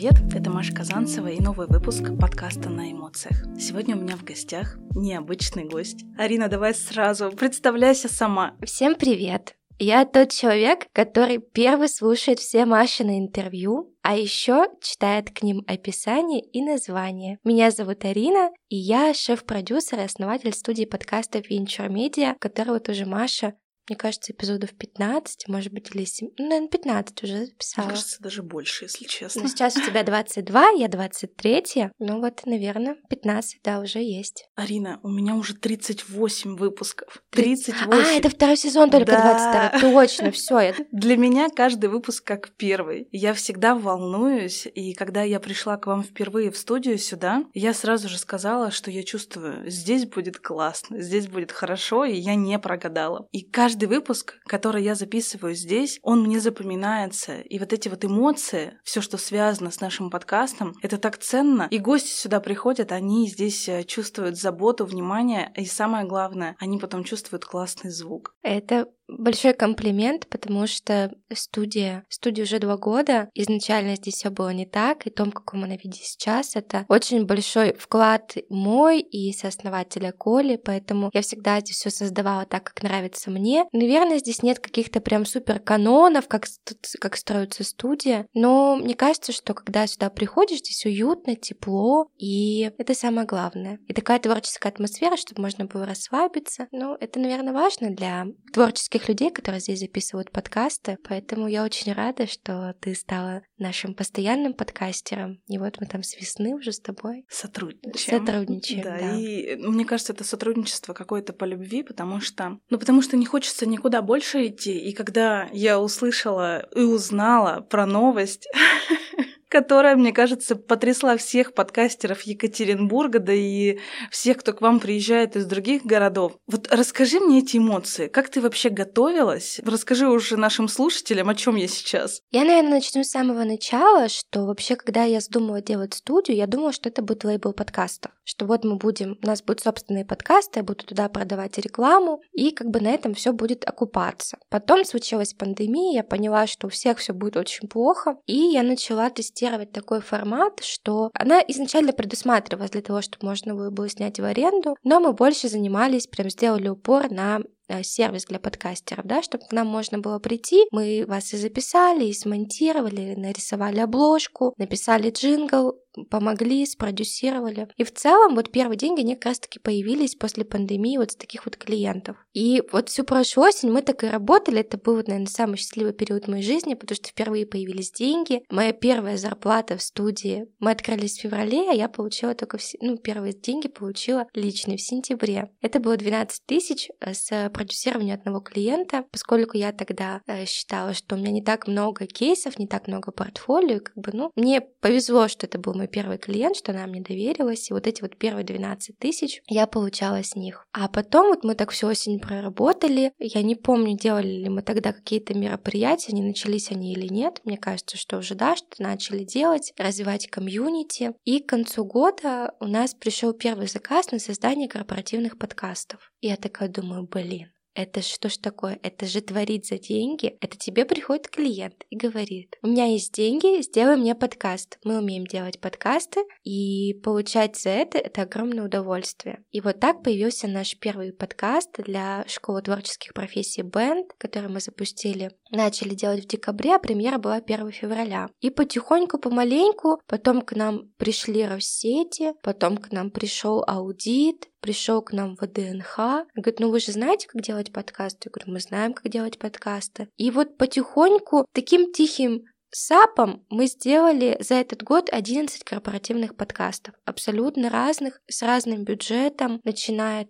привет! Это Маша Казанцева и новый выпуск подкаста «На эмоциях». Сегодня у меня в гостях необычный гость. Арина, давай сразу представляйся сама. Всем привет! Я тот человек, который первый слушает все Машины интервью, а еще читает к ним описание и название. Меня зовут Арина, и я шеф-продюсер и основатель студии подкастов Venture Media, которого тоже Маша, мне кажется, эпизодов 15, может быть, или 7, наверное, 15 уже записала. Мне кажется, даже больше, если честно. Но сейчас у тебя 22, я 23, ну вот, наверное, 15, да, уже есть. Арина, у меня уже 38 выпусков. 38. А, это второй сезон только, да. 22, точно, все. Для меня каждый выпуск как первый. Я всегда волнуюсь, и когда я пришла к вам впервые в студию сюда, я сразу же сказала, что я чувствую, здесь будет классно, здесь будет хорошо, и я не прогадала. И каждый выпуск, который я записываю здесь, он мне запоминается. И вот эти вот эмоции, все, что связано с нашим подкастом, это так ценно. И гости сюда приходят, они здесь чувствуют заботу, внимание, и самое главное, они потом чувствуют классный звук. Это большой комплимент, потому что студия уже 2 года. Изначально здесь все было не так, и в том, каком она виде сейчас, это очень большой вклад мой и сооснователя Коли, поэтому я всегда здесь все создавала так, как нравится мне. Наверное, здесь нет каких-то прям супер канонов, как строится студия, но мне кажется, что когда сюда приходишь, здесь уютно, тепло, и это самое главное. И такая творческая атмосфера, чтобы можно было расслабиться. Ну, это, наверное, важно для творческих людей, которые здесь записывают подкасты, поэтому я очень рада, что ты стала нашим постоянным подкастером, и вот мы там с весны уже с тобой сотрудничаем. Да, да. И мне кажется, это сотрудничество какое-то по любви, потому что не хочется никуда больше идти, и когда я услышала и узнала про новость, которая, мне кажется, потрясла всех подкастеров Екатеринбурга, да и всех, кто к вам приезжает из других городов. Вот расскажи мне эти эмоции. Как ты вообще готовилась? Расскажи уже нашим слушателям, о чем я сейчас. Я, наверное, начну с самого начала, что вообще, когда я задумала делать студию, я думала, что это будет лейбл подкастов. Что вот у нас будут собственные подкасты, я буду туда продавать рекламу, и как бы на этом все будет окупаться. Потом случилась пандемия, я поняла, что у всех все будет очень плохо, и я начала тестировать такой формат, что она изначально предусматривалась для того, чтобы можно было снять в аренду, но мы больше сделали упор на сервис для подкастеров, да, чтобы к нам можно было прийти, мы вас и записали, и смонтировали, нарисовали обложку, написали джингл, помогли, спродюсировали. И в целом вот первые деньги, они как раз-таки появились после пандемии вот с таких вот клиентов. И вот всю прошлую осень мы так и работали, это был, наверное, самый счастливый период моей жизни, потому что впервые появились деньги. Моя первая зарплата в студии, мы открылись в феврале, а я получила только, первые деньги получила личные в сентябре. Это было 12 тысяч с продюсированием одного клиента, поскольку я тогда считала, что у меня не так много кейсов, не так много портфолио, мне повезло, что это был мой первый клиент, что она мне доверилась, и вот эти вот первые 12 тысяч я получала с них. А потом вот мы так всю осень проработали, я не помню, делали ли мы тогда какие-то мероприятия, не начались они или нет, мне кажется, что уже да, что начали делать, развивать комьюнити, и к концу года у нас пришел первый заказ на создание корпоративных подкастов. И я такая думаю, это что ж такое? Это же творить за деньги. Это тебе приходит клиент и говорит: у меня есть деньги, сделай мне подкаст. Мы умеем делать подкасты, и получать за это огромное удовольствие. И вот так появился наш первый подкаст для школы творческих профессий Band, который мы начали делать в декабре, а премьера была 1 февраля. И потихоньку, помаленьку, потом к нам пришли Россети, потом к нам пришел аудит, пришел к нам ВДНХ. Говорит, вы же знаете, как делать подкасты? Я говорю, мы знаем, как делать подкасты. И вот потихоньку, таким тихим САПом мы сделали за этот год 11 корпоративных подкастов, абсолютно разных, с разным бюджетом, начиная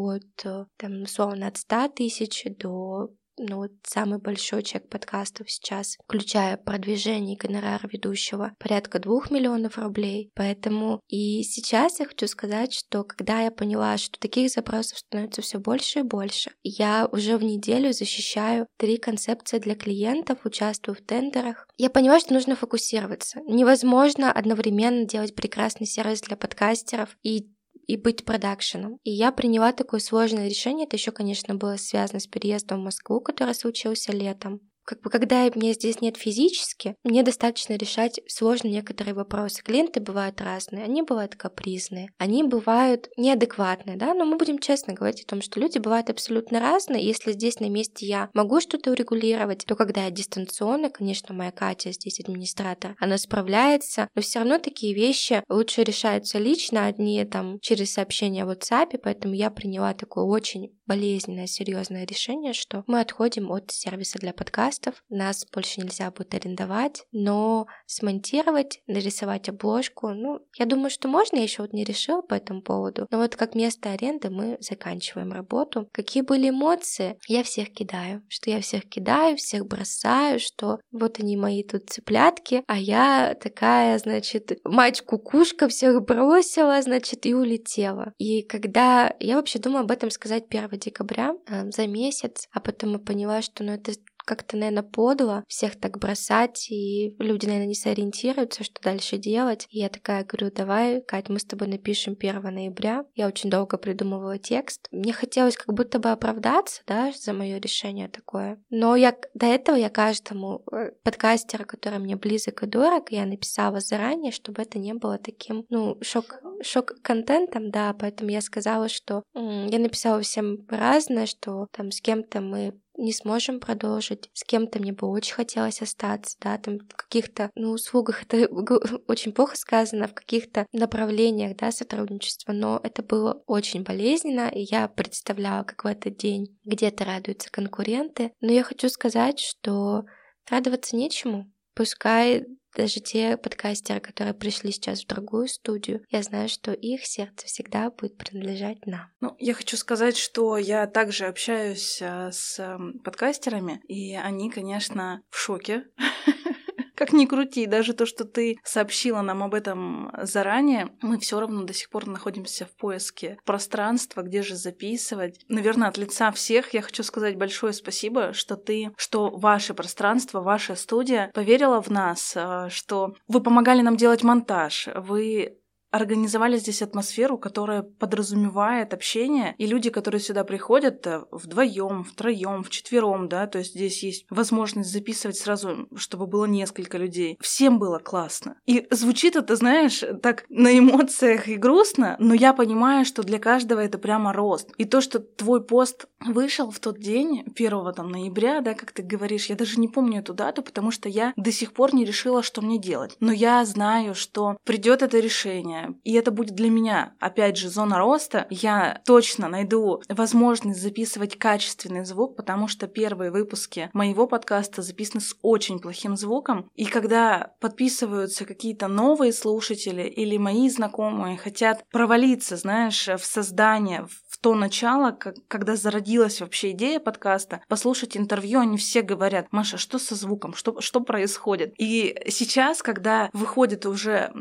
условно от 100 тысяч до самый большой чек подкастов сейчас, включая продвижение и гонорар ведущего, порядка 2 миллионов рублей. Поэтому и сейчас я хочу сказать, что когда я поняла, что таких запросов становится все больше и больше, я уже в неделю защищаю 3 концепции для клиентов, участвую в тендерах. Я поняла, что нужно фокусироваться. Невозможно одновременно делать прекрасный сервис для подкастеров и быть продакшеном. И я приняла такое сложное решение. Это еще, конечно, было связано с переездом в Москву, который случился летом. когда меня здесь нет физически, мне достаточно решать сложные некоторые вопросы. Клиенты бывают разные, они бывают капризные, они бывают неадекватные, да, но мы будем честно говорить о том, что люди бывают абсолютно разные. Если здесь на месте я могу что-то урегулировать, то когда я дистанционно, конечно, моя Катя здесь администратор, она справляется, но все равно такие вещи лучше решаются лично, одни там через сообщения в WhatsApp, поэтому я приняла такое очень болезненное, серьезное решение, что мы отходим от сервиса для подкастов, нас больше нельзя будет арендовать, но смонтировать, нарисовать обложку, я думаю, что можно, я еще не решила по этому поводу, но вот как место аренды мы заканчиваем работу. Какие были эмоции? Я всех кидаю, всех бросаю, что вот они мои тут цыплятки, а я такая, значит, мать-кукушка, всех бросила, значит, и улетела. И когда я вообще думала об этом сказать 1 декабря, за месяц, а потом я поняла, что это как-то, наверное, подло всех так бросать, и люди, наверное, не сориентируются, что дальше делать. И я такая говорю: давай, Кать, мы с тобой напишем 1 ноября. Я очень долго придумывала текст. Мне хотелось как будто бы оправдаться, да, за мое решение такое. Но до этого я каждому подкастеру, который мне близок и дорог, я написала заранее, чтобы это не было таким, шок-контентом, да, поэтому я сказала, что я написала всем разное, что там с кем-то мы не сможем продолжить, с кем-то мне бы очень хотелось остаться, да, там в каких-то, услугах, это очень плохо сказано, в каких-то направлениях, да, сотрудничества, но это было очень болезненно, и я представляла, как в этот день где-то радуются конкуренты, но я хочу сказать, что радоваться нечему, пускай даже те подкастеры, которые пришли сейчас в другую студию, я знаю, что их сердце всегда будет принадлежать нам. Я хочу сказать, что я также общаюсь с подкастерами, и они, конечно, в шоке. Как ни крути, даже то, что ты сообщила нам об этом заранее, мы все равно до сих пор находимся в поиске пространства, где же записывать. Наверное, от лица всех я хочу сказать большое спасибо, что ваше пространство, ваша студия поверила в нас, что вы помогали нам делать монтаж, вы организовали здесь атмосферу, которая подразумевает общение, и люди, которые сюда приходят вдвоем, втроем, вчетвером, да, то есть здесь есть возможность записывать сразу, чтобы было несколько людей. Всем было классно. И звучит это, знаешь, так на эмоциях и грустно, но я понимаю, что для каждого это прямо рост. И то, что твой пост вышел в тот день, 1 ноября, да, как ты говоришь, я даже не помню эту дату, потому что я до сих пор не решила, что мне делать. Но я знаю, что придет это решение, и это будет для меня, опять же, зона роста. Я точно найду возможность записывать качественный звук, потому что первые выпуски моего подкаста записаны с очень плохим звуком. И когда подписываются какие-то новые слушатели или мои знакомые хотят провалиться, знаешь, в создание, в то начало, когда зародилась вообще идея подкаста, послушать интервью, они все говорят: Маша, что со звуком, что происходит? И сейчас, когда выходит уже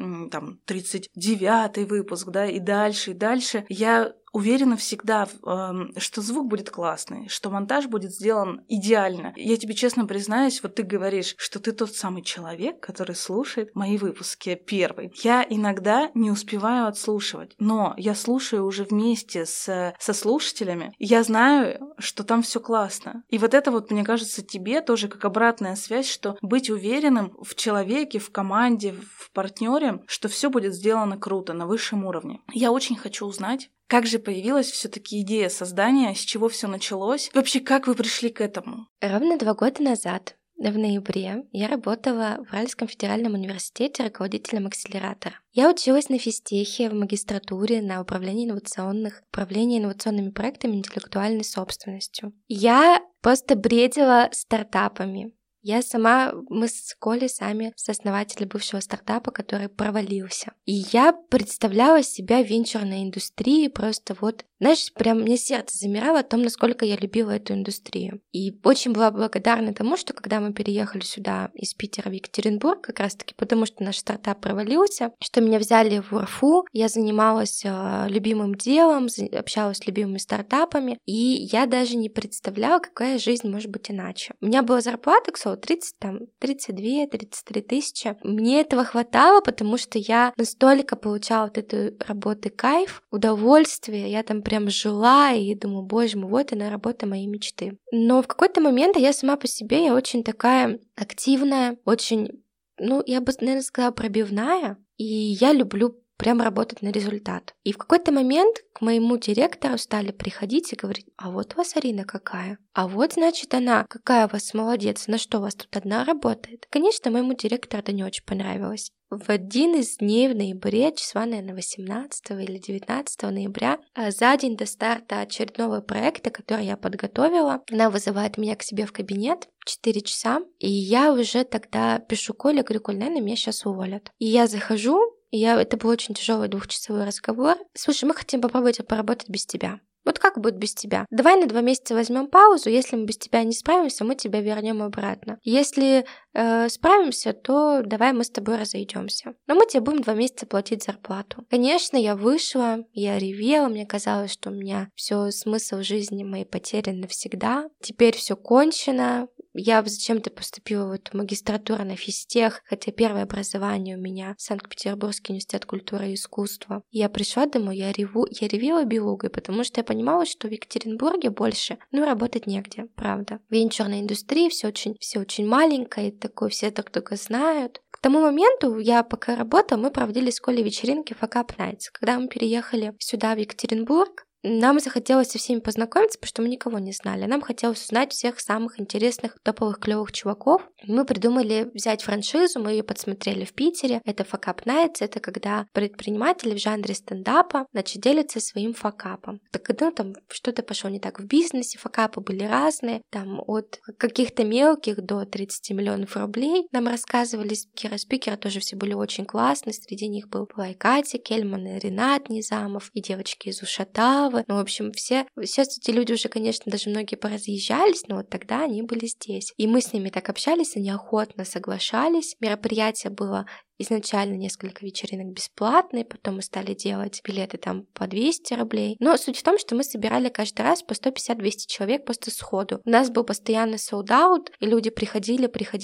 39-й выпуск, да, и дальше, я уверена всегда, что звук будет классный, что монтаж будет сделан идеально. Я тебе честно признаюсь, вот ты говоришь, что ты тот самый человек, который слушает мои выпуски первый. Я иногда не успеваю отслушивать, но я слушаю уже вместе со слушателями, и я знаю, что там все классно. И вот это вот, мне кажется, тебе тоже как обратная связь, что быть уверенным в человеке, в команде, в партнере, что все будет сделано круто, на высшем уровне. Я очень хочу узнать, как же появилась все-таки идея создания, с чего все началось? Вообще, как вы пришли к этому? Ровно 2 года назад, в ноябре, я работала в Уральском федеральном университете руководителем акселератора. Я училась на физтехе в магистратуре на управлении инновационными проектами интеллектуальной собственностью. Я просто бредила стартапами. Мы с Колей сами сооснователи бывшего стартапа, который провалился. И я представляла себя в венчурной индустрии, просто вот, знаешь, прям мне сердце замирало о том, насколько я любила эту индустрию. И очень была благодарна тому, что когда мы переехали сюда из Питера в Екатеринбург, как раз-таки потому, что наш стартап провалился, что меня взяли в УРФУ, я занималась любимым делом, общалась с любимыми стартапами, и я даже не представляла, какая жизнь может быть иначе. У меня была зарплата, 32-33 тысячи. Мне этого хватало, потому что я настолько получала от этой работы кайф, удовольствие. Я там прям жила и думаю, боже мой, вот она работа моей мечты. Но в какой-то момент я сама по себе, я очень такая активная, очень, я бы, наверное, сказала, пробивная, и я люблю прям работать на результат. И в какой-то момент к моему директору стали приходить и говорить: а вот у вас Арина какая, а вот, значит, она, какая у вас молодец, на что у вас тут одна работает. Конечно, моему директору это не очень понравилось. В один из дней в ноябре, числа, наверное, 18 или 19 ноября, за день до старта очередного проекта, который я подготовила, она вызывает меня к себе в кабинет, 4 часа, и я уже тогда пишу Коле, говорю: Коль, наверное, меня сейчас уволят. И я захожу, это был очень тяжелый 2-часовой разговор. Слушай, мы хотим попробовать поработать без тебя. Вот как будет без тебя? Давай на 2 месяца возьмем паузу. Если мы без тебя не справимся, мы тебя вернем обратно. Если справимся, то давай мы с тобой разойдемся. Но мы тебе будем 2 месяца платить зарплату. Конечно, я вышла, я ревела, мне казалось, что у меня все, смысл жизни моей потерян навсегда. Теперь все кончено. Я зачем-то поступила в эту магистратуру на физтех, хотя первое образование у меня Санкт-Петербургский университет культуры и искусства. Я пришла домой, я ревела белугой, потому что я понимала, что в Екатеринбурге больше, работать негде, правда. В венчурной индустрии все очень маленькое, такое, все друг друга знают. К тому моменту, я пока работала, мы проводили с Колей вечеринки Fuck Up Nights. Когда мы переехали сюда, в Екатеринбург, нам захотелось со всеми познакомиться, потому что мы никого не знали. Нам хотелось узнать всех самых интересных, топовых, клевых чуваков. Мы придумали взять франшизу, мы ее подсмотрели в Питере. Это Fuck Up Nights, это когда предприниматели в жанре стендапа, делятся своим факапом. Там что-то пошло не так в бизнесе, факапы были разные, там от каких-то мелких до 30 миллионов рублей. Нам рассказывали спикеры тоже все были очень классные, среди них была и Катя Кельман, и Ренат Низамов, и девочки из Ушатава. В общем, сейчас эти люди уже, конечно, даже многие поразъезжались, но вот тогда они были здесь. И мы с ними так общались, они охотно соглашались. Мероприятие было изначально несколько вечеринок бесплатные, потом мы стали делать билеты там по 200 рублей. Но суть в том, что мы собирали каждый раз по 150-200 человек просто сходу. У нас был постоянно sold-out, и люди приходили.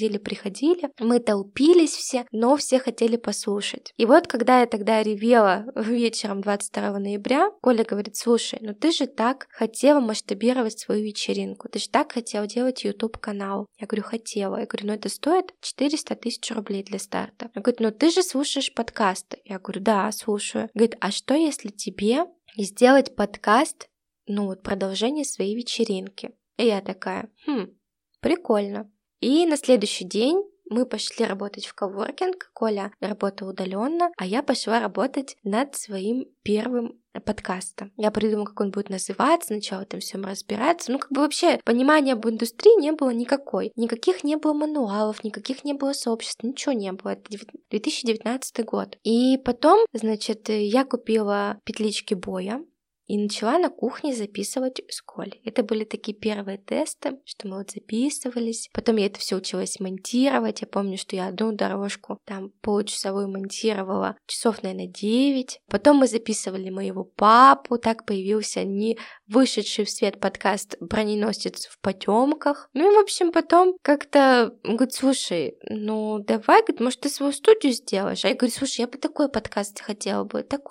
Мы толпились все, но все хотели послушать. И вот когда я тогда ревела вечером 22 ноября, Коля говорит: слушай, ты же так хотела масштабировать свою вечеринку, ты же так хотела делать YouTube-канал. Я говорю: хотела. Я говорю: это стоит 400 тысяч рублей для старта. Он говорит: ты же слушаешь подкасты. Я говорю: да, слушаю. Говорит: а что если тебе сделать подкаст, продолжение своей вечеринки? И я такая: прикольно. И на следующий день мы пошли работать в коворкинг. Коля работал удаленно, а я пошла работать над своим первым подкастом. Я придумала, как он будет называться, сначала там всем разбираться. Вообще понимания об индустрии не было никакой. Никаких не было мануалов, никаких не было сообществ, ничего не было. Это 2019 год. И потом, я купила петлички боя и начала на кухне записывать с Колей. Это были такие первые тесты, что мы записывались. Потом я это все училась монтировать. Я помню, что я одну дорожку там получасовую монтировала часов, наверное, 9. Потом мы записывали моего папу. Так появился не вышедший в свет подкаст «Броненосец в потемках». И, в общем, потом как-то говорит: слушай, давай, говорит, может, ты свою студию сделаешь? А я говорю: слушай, я бы такой подкаст хотела.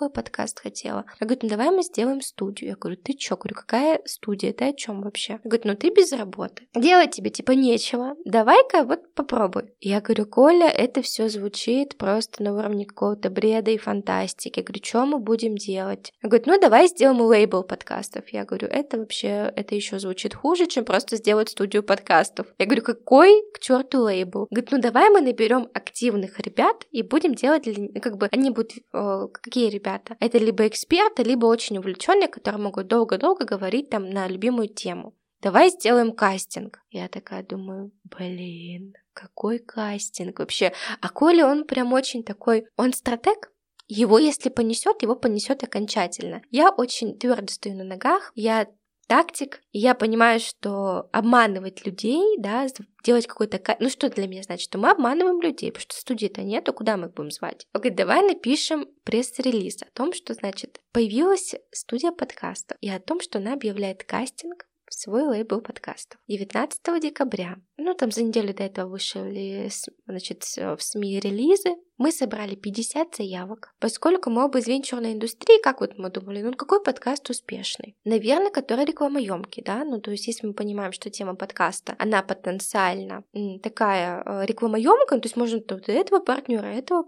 Я говорю: давай мы сделаем студию. Я говорю: ты чё? Говорю: какая студия? Ты о чем вообще? Говорит: ты без работы. Делать тебе нечего. Давай-ка попробуй. Я говорю: Коля, это все звучит просто на уровне какого-то бреда и фантастики. Я говорю: что мы будем делать? Он говорит: давай сделаем лейбл подкастов. Я говорю: это еще звучит хуже, чем просто сделать студию подкастов. Я говорю: какой к черту лейбл? Говорит: давай мы наберем активных ребят и будем делать, они будут, какие ребята? Это либо эксперты, либо очень увлеченные, которые могут долго-долго говорить там на любимую тему. Давай сделаем кастинг. Я такая думаю: какой кастинг вообще? А Коля, он прям очень такой, он стратег. Его, если понесет, его понесет окончательно. Я очень твердо стою на ногах, я тактик, и я понимаю, что обманывать людей, да, делать какой-то... что для меня значит? Что мы обманываем людей, потому что студии-то нету, куда мы их будем звать? Он говорит: давай напишем пресс-релиз о том, что, появилась студия подкастов, и о том, что она объявляет кастинг в свой лейбл подкастов. 19 декабря. Там за неделю до этого вышли, в СМИ релизы Мы собрали 50 заявок. Поскольку мы оба из венчурной индустрии, как вот мы думали, ну какой подкаст успешный? Наверное, который рекламоемкий, да? Ну то есть если мы понимаем, что тема подкаста, она потенциально такая рекламоемкая, то есть можно тут этого партнера, то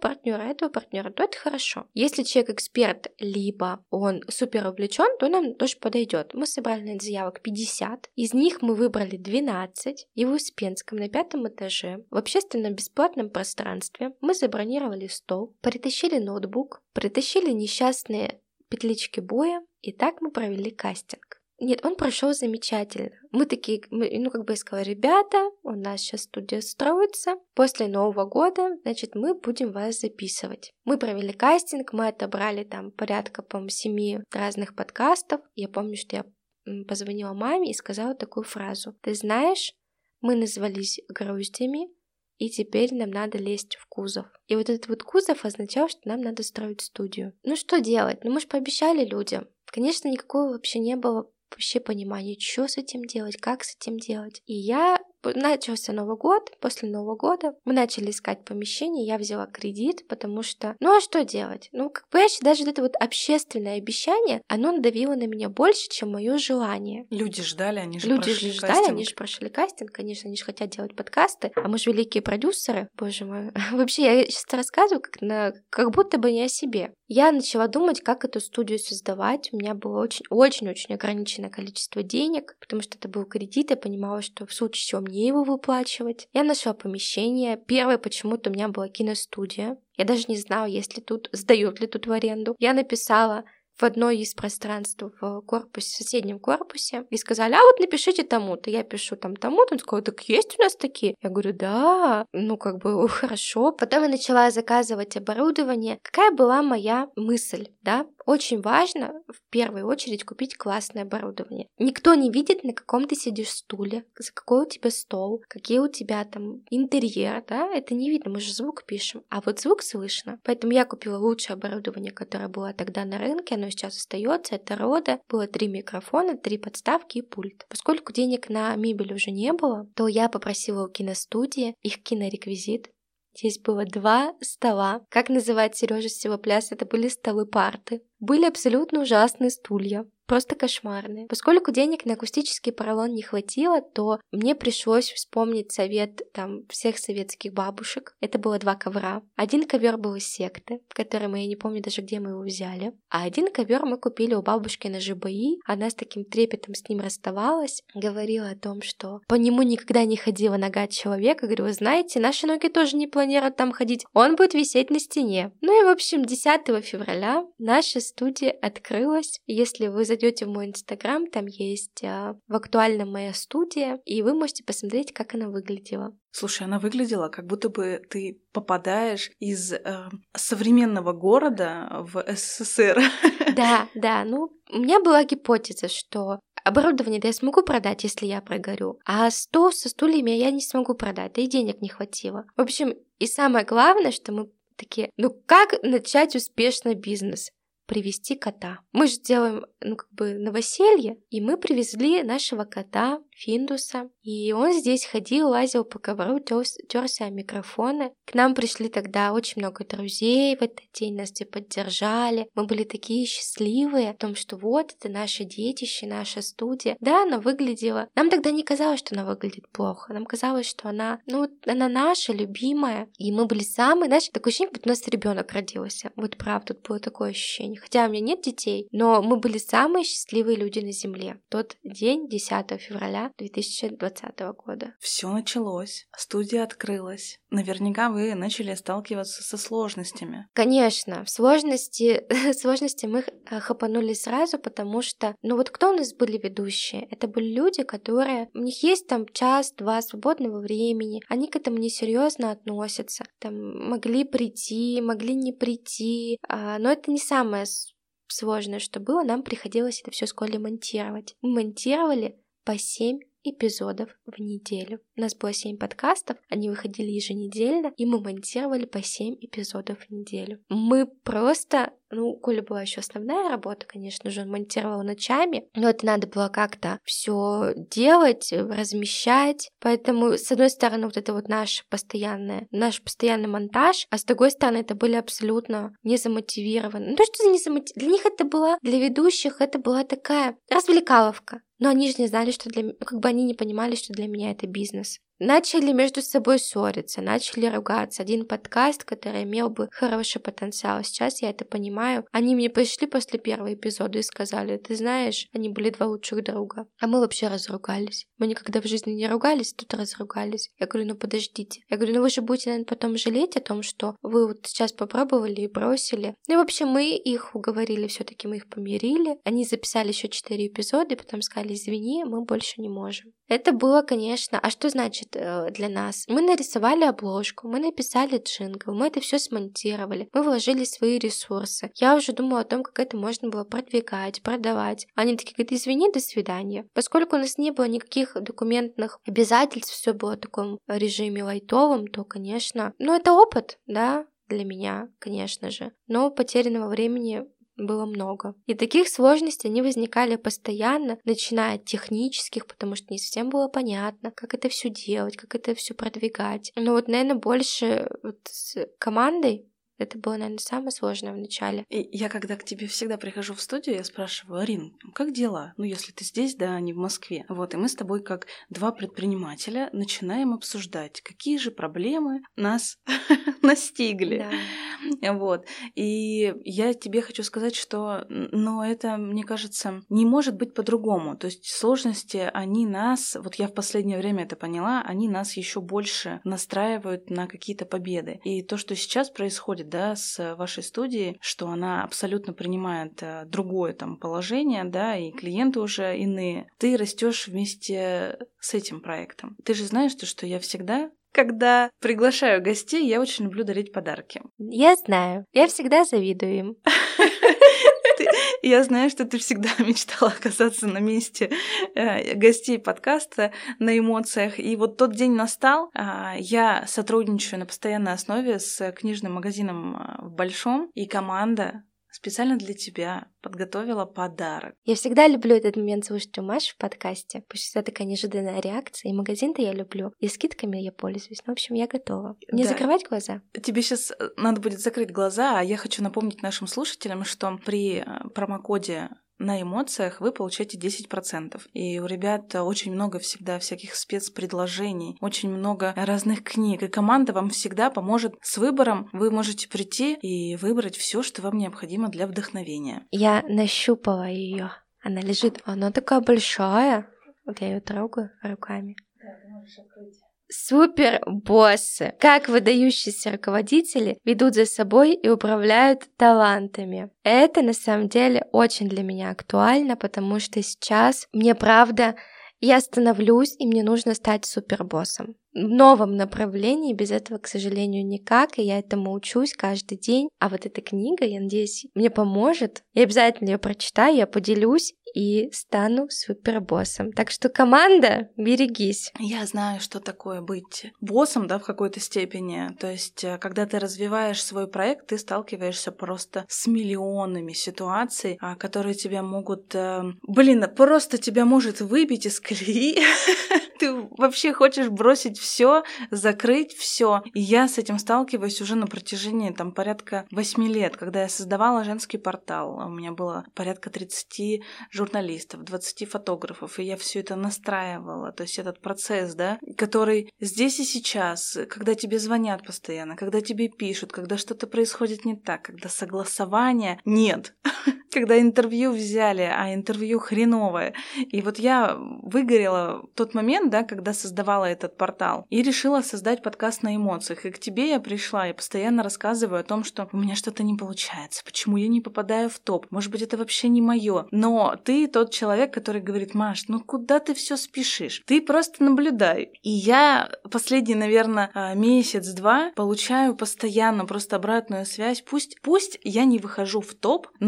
это хорошо. Если человек эксперт, либо он супер увлечен, то нам тоже подойдет. Мы собрали на заявок 50, из них мы выбрали 12, и в Успенском на 5 этаже в общественном бесплатном пространстве мы забронировали стол, притащили ноутбук, притащили несчастные петлички боя, и так мы провели кастинг. Нет, он прошел замечательно. Мы такие, я сказала, ребята, у нас сейчас студия строится, после Нового года, значит, мы будем вас записывать. Мы провели кастинг, мы отобрали там порядка, по-моему, 7 разных подкастов. Я помню, что я позвонила маме и сказала такую фразу: ты знаешь, мы назвались груздями, и теперь нам надо лезть в кузов. И вот этот вот кузов означал, что нам надо строить студию. Ну что делать? Ну мы же пообещали людям. Конечно, никакого вообще не было вообще понимания, что с этим делать, как с этим делать. И начался Новый год, после Нового года мы начали искать помещение, я взяла кредит, потому что, ну а что делать? Ну, понимаешь, даже это вот общественное обещание, оно надавило на меня больше, чем мое желание. Люди ждали, они же прошли кастинг, конечно, они же хотят делать подкасты, а мы же великие продюсеры, боже мой. Вообще, я сейчас рассказываю как будто бы не о себе. Я начала думать, как эту студию создавать. У меня было очень-очень ограниченное количество денег, потому что это был кредит, я понимала, что в случае чего мне его выплачивать. Я нашла помещение. Первое почему-то у меня была киностудия. Я даже не знала, сдают ли тут в аренду. Я написала в одно из пространств в соседнем корпусе, и сказали: а вот напишите тому-то. Я пишу там тому-то, он сказал: так есть у нас такие? Я говорю: да, хорошо. Потом я начала заказывать оборудование. Какая была моя мысль, да? Очень важно в первую очередь купить классное оборудование. Никто не видит, на каком ты сидишь стуле, за какой у тебя стол, какие у тебя там интерьер, да? Это не видно, мы же звук пишем, а вот звук слышно. Поэтому я купила лучшее оборудование, которое было тогда на рынке, оно сейчас остается. Это Rode. Было 3 микрофона, 3 подставки и пульт. Поскольку денег на мебель уже не было, то я попросила у киностудии их кинореквизит. Здесь было 2 стола. Как называет Сережа Силопляс, это были столы-парты. Были абсолютно ужасные стулья. Просто кошмарные. Поскольку денег на акустический поролон не хватило, то мне пришлось вспомнить совет всех советских бабушек. Это было 2 ковра. Один ковер был из секты, который я не помню даже, где мы его взяли. А один ковер мы купили у бабушки на ЖБИ. Она с таким трепетом с ним расставалась. Говорила о том, что по нему никогда не ходила нога человека. Говорю: вы знаете, наши ноги тоже не планируют там ходить. Он будет висеть на стене. Ну и, в общем, 10 февраля наша студия открылась. Если вы зайдете в мой инстаграм, там есть в актуальном моя студия, и вы можете посмотреть, как она выглядела. Слушай, она выглядела, как будто бы ты попадаешь из современного города в СССР. Да, у меня была гипотеза, что оборудование я смогу продать, если я прогорю, а стол со стульями я не смогу продать, да и денег не хватило. В общем, и самое главное, что мы такие: как начать успешный бизнес? Привезти кота. Мы же делаем, новоселье, и мы привезли нашего кота Финдуса, и он здесь ходил, лазил по ковру, терся о микрофоны. К нам пришли тогда очень много друзей в этот день, нас все поддержали. Мы были такие счастливые о том, что вот это наше детище, наша студия. Да, она выглядела... Нам тогда не казалось, что она выглядит плохо. Нам казалось, что она наша, любимая. И мы были самые... Знаешь, такое ощущение, будто у нас ребенок родился. Вот правда, тут было такое ощущение. Хотя у меня нет детей, но мы были самые счастливые люди на земле. Тот день, 10 февраля 2020 года. Все началось, студия открылась. Наверняка вы начали сталкиваться со сложностями. Конечно, сложности мы хапанули сразу, потому что, кто у нас были ведущие? Это были люди, которые... У них есть час-два свободного времени, они к этому несерьезно относятся. Могли прийти, могли не прийти, но это не самое сложное, что было. Нам приходилось это все в школе монтировать. Мы монтировали по 7 эпизодов в неделю. У нас было 7 подкастов, они выходили еженедельно, и мы монтировали по 7 эпизодов в неделю. Мы просто... у Коли была еще основная работа, конечно же, он монтировал ночами, но это надо было как-то все делать, размещать. Поэтому, с одной стороны, вот это вот наш постоянный монтаж, а с другой стороны, это были абсолютно незамотивированные. То, что для них это было, для ведущих, это была такая развлекаловка. Но они же не знали, что они не понимали, что для меня это бизнес. Начали между собой ссориться, начали ругаться. Один подкаст, который имел бы хороший потенциал, сейчас я это понимаю. Они мне пришли после первого эпизода и сказали: ты знаешь, они были 2 лучших друга, а мы вообще разругались. Мы никогда в жизни не ругались, тут разругались. Я говорю: подождите. Я говорю: вы же будете, наверное, потом жалеть о том, что вы вот сейчас попробовали и бросили. И в общем, мы их уговорили, все-таки мы их помирили. Они записали еще 4 эпизода, и потом сказали: извини, мы больше не можем. Это было, конечно... А что значит для нас? Мы нарисовали обложку, мы написали джингл, мы это все смонтировали, мы вложили свои ресурсы. Я уже думала о том, как это можно было продвигать, продавать. Они такие говорят: извини, до свидания. Поскольку у нас не было никаких документных обязательств, все было в таком режиме лайтовом, то, конечно... это опыт, да, для меня, конечно же. Но потерянного времени было много. И таких сложностей они возникали постоянно, начиная от технических, потому что не совсем было понятно, как это все делать, как это все продвигать. Но наверное, больше с командой это было, наверное, самое сложное в начале. И я, когда к тебе всегда прихожу в студию, я спрашиваю: Арин, как дела? Если ты здесь, да, а не в Москве. И мы с тобой, как 2 предпринимателя, начинаем обсуждать, какие же проблемы нас настигли. Да. И я тебе хочу сказать, что, это, мне кажется, не может быть по-другому. То есть сложности, они нас, я в последнее время это поняла, они нас еще больше настраивают на какие-то победы. И то, что сейчас происходит, да, с вашей студией, что она абсолютно принимает другое положение, да, и клиенты уже иные. Ты растешь вместе с этим проектом. Ты же знаешь, что я всегда, когда приглашаю гостей, я очень люблю дарить подарки. Я знаю. Я всегда завидую им. Я знаю, что ты всегда мечтала оказаться на месте гостей подкаста на эмоциях. И тот день настал. Я сотрудничаю на постоянной основе с книжным магазином в Большом, и команда специально для тебя подготовила подарок. Я всегда люблю этот момент слушать у Маши в подкасте. Потому что это такая неожиданная реакция. И магазин-то я люблю, и скидками я пользуюсь. В общем, я готова. Не закрывать глаза? Тебе сейчас надо будет закрыть глаза, а я хочу напомнить нашим слушателям, что при промокоде на эмоциях вы получаете 10%. И у ребят очень много всегда всяких спецпредложений, очень много разных книг. И команда вам всегда поможет с выбором. Вы можете прийти и выбрать все, что вам необходимо для вдохновения. Я нащупала ее. Она лежит. Она такая большая. Я ее трогаю руками. Да, ты можешь открыть. Супербоссы, как выдающиеся руководители, ведут за собой и управляют талантами. Это на самом деле очень для меня актуально, потому что сейчас мне правда, я становлюсь, и мне нужно стать супербоссом. В новом направлении, без этого, к сожалению, никак, и я этому учусь каждый день. А эта книга, я надеюсь, мне поможет. Я обязательно ее прочитаю, я поделюсь и стану супербоссом. Так что, команда, берегись. Я знаю, что такое быть боссом, да, в какой-то степени. То есть, когда ты развиваешь свой проект, ты сталкиваешься просто с миллионами ситуаций, которые тебя могут... просто тебя может выбить из колеи. Ты вообще хочешь бросить все, закрыть все. И я с этим сталкиваюсь уже на протяжении порядка 8 лет, когда я создавала женский портал. У меня было порядка 30 журналистов, 20 фотографов, и я все это настраивала. То есть этот процесс, да, который здесь и сейчас, когда тебе звонят постоянно, когда тебе пишут, когда что-то происходит не так, когда согласования нет, когда интервью взяли, а интервью хреновое. И я выгорела в тот момент, да, когда создавала этот портал, и решила создать подкаст на эмоциях. И к тебе я пришла, и постоянно рассказываю о том, что у меня что-то не получается, почему я не попадаю в топ, может быть, это вообще не мое. Но ты тот человек, который говорит: Маш, куда ты все спешишь? Ты просто наблюдай. И я последний, наверное, месяц-два получаю постоянно просто обратную связь. Пусть я не выхожу в топ, но я точно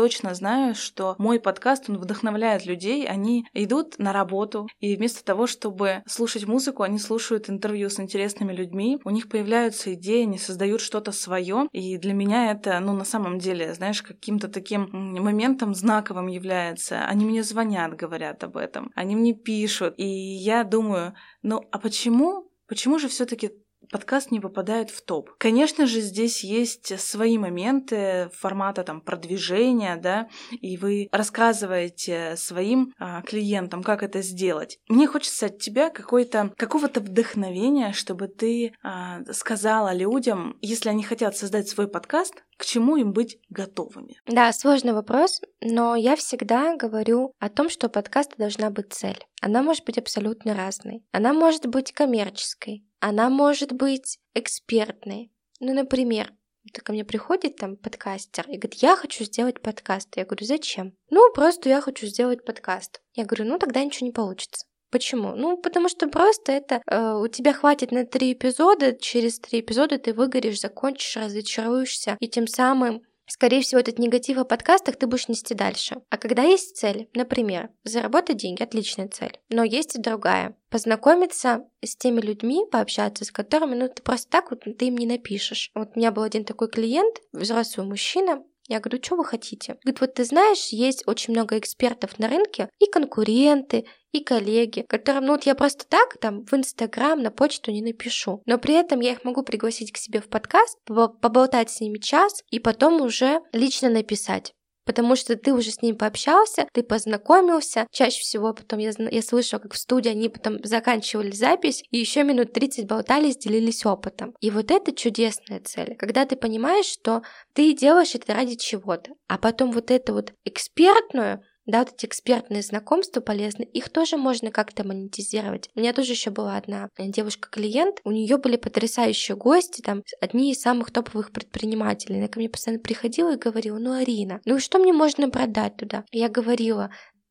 точно знаю, что мой подкаст, он вдохновляет людей, они идут на работу, и вместо того, чтобы слушать музыку, они слушают интервью с интересными людьми, у них появляются идеи, они создают что-то свое, и для меня это, на самом деле, знаешь, каким-то таким моментом знаковым является. Они мне звонят, говорят об этом, они мне пишут, и я думаю, а почему же все-таки подкаст не попадает в топ? Конечно же, здесь есть свои моменты формата продвижения, да, и вы рассказываете своим клиентам, как это сделать. Мне хочется от тебя какого-то вдохновения, чтобы ты сказала людям, если они хотят создать свой подкаст, к чему им быть готовыми. Да, сложный вопрос, но я всегда говорю о том, что у подкаста должна быть цель. Она может быть абсолютно разной. Она может быть коммерческой, она может быть экспертной. Например, ко мне приходит подкастер и говорит, я хочу сделать подкаст. Я говорю, зачем? Просто я хочу сделать подкаст. Я говорю, тогда ничего не получится. Почему? Потому что просто это у тебя хватит на 3 эпизода, через 3 эпизода ты выгоришь, закончишь, разочаруешься, и тем самым, скорее всего, этот негатив о подкастах ты будешь нести дальше. А когда есть цель, например, заработать деньги, отличная цель, но есть и другая. Познакомиться с теми людьми, пообщаться с которыми, ты просто так ты им не напишешь. У меня был один такой клиент, взрослый мужчина. Я говорю, что вы хотите? Говорит, ты знаешь, есть очень много экспертов на рынке, и конкуренты, и коллеги, которым, я просто так в Инстаграм, на почту не напишу. Но при этом я их могу пригласить к себе в подкаст, поболтать с ними час, и потом уже лично написать. Потому что ты уже с ним пообщался, ты познакомился. Чаще всего потом я слышала, как в студии они потом заканчивали запись и еще минут 30 болтались, делились опытом. И это чудесная цель, когда ты понимаешь, что ты делаешь это ради чего-то. А потом эту экспертную, эти экспертные знакомства полезны, их тоже можно как-то монетизировать. У меня тоже еще была одна девушка-клиент, у нее были потрясающие гости, одни из самых топовых предпринимателей. Она ко мне постоянно приходила и говорила, Арина, что мне можно продать туда? Я говорила,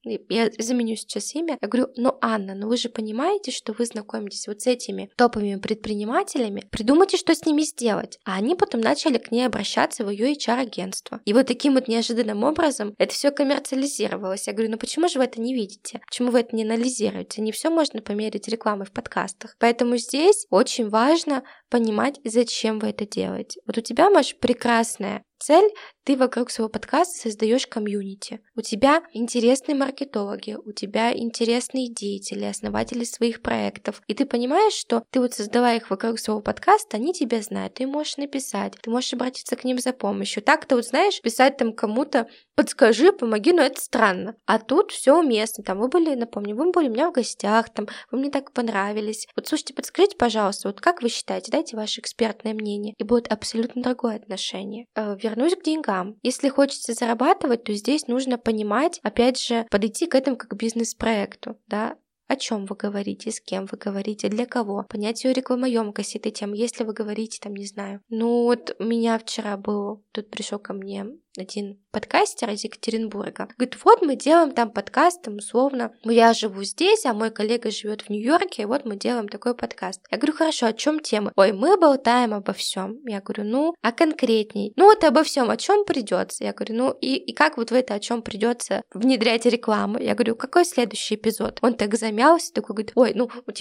я заменю сейчас имя. Я говорю, Анна, вы же понимаете, что вы знакомитесь с этими топовыми предпринимателями, придумайте, что с ними сделать. А они потом начали к ней обращаться в ее HR-агентство. И таким неожиданным образом это все коммерциализировалось. Я говорю, почему же вы это не видите? Почему вы это не анализируете? Не все можно померить рекламой в подкастах. Поэтому здесь очень важно понимать, зачем вы это делаете. У тебя, Маш, прекрасная цель, ты вокруг своего подкаста создаешь комьюнити. У тебя интересные маркетологи, у тебя интересные деятели, основатели своих проектов. И ты понимаешь, что ты создавая их вокруг своего подкаста, они тебя знают, ты можешь написать, ты можешь обратиться к ним за помощью. Так-то знаешь, писать кому-то подскажи, помоги, но это странно. А тут все уместно. Вы были, напомню, вы были у меня в гостях, вы мне так понравились. Слушайте, подскажите, пожалуйста, как вы считаете, дайте ваше экспертное мнение, и будет абсолютно другое отношение. Вернусь к деньгам. Если хочется зарабатывать, то здесь нужно понимать, опять же, подойти к этому как к бизнес-проекту, да, о чем вы говорите, с кем вы говорите, для кого. Понять ее рекламоемкость этой темы, если вы говорите, не знаю. У меня вчера тут пришел ко мне один подкастер из Екатеринбурга. Говорит, мы делаем подкаст, условно, я живу здесь, а мой коллега живет в Нью-Йорке, и мы делаем такой подкаст. Я говорю, хорошо, о чем тема? Ой, мы болтаем обо всем. Я говорю, а конкретней? Это обо всем, о чем придется? Я говорю, и как в это о чем придется внедрять рекламу? Я говорю, какой следующий эпизод? Он так замялся, такой говорит, ой,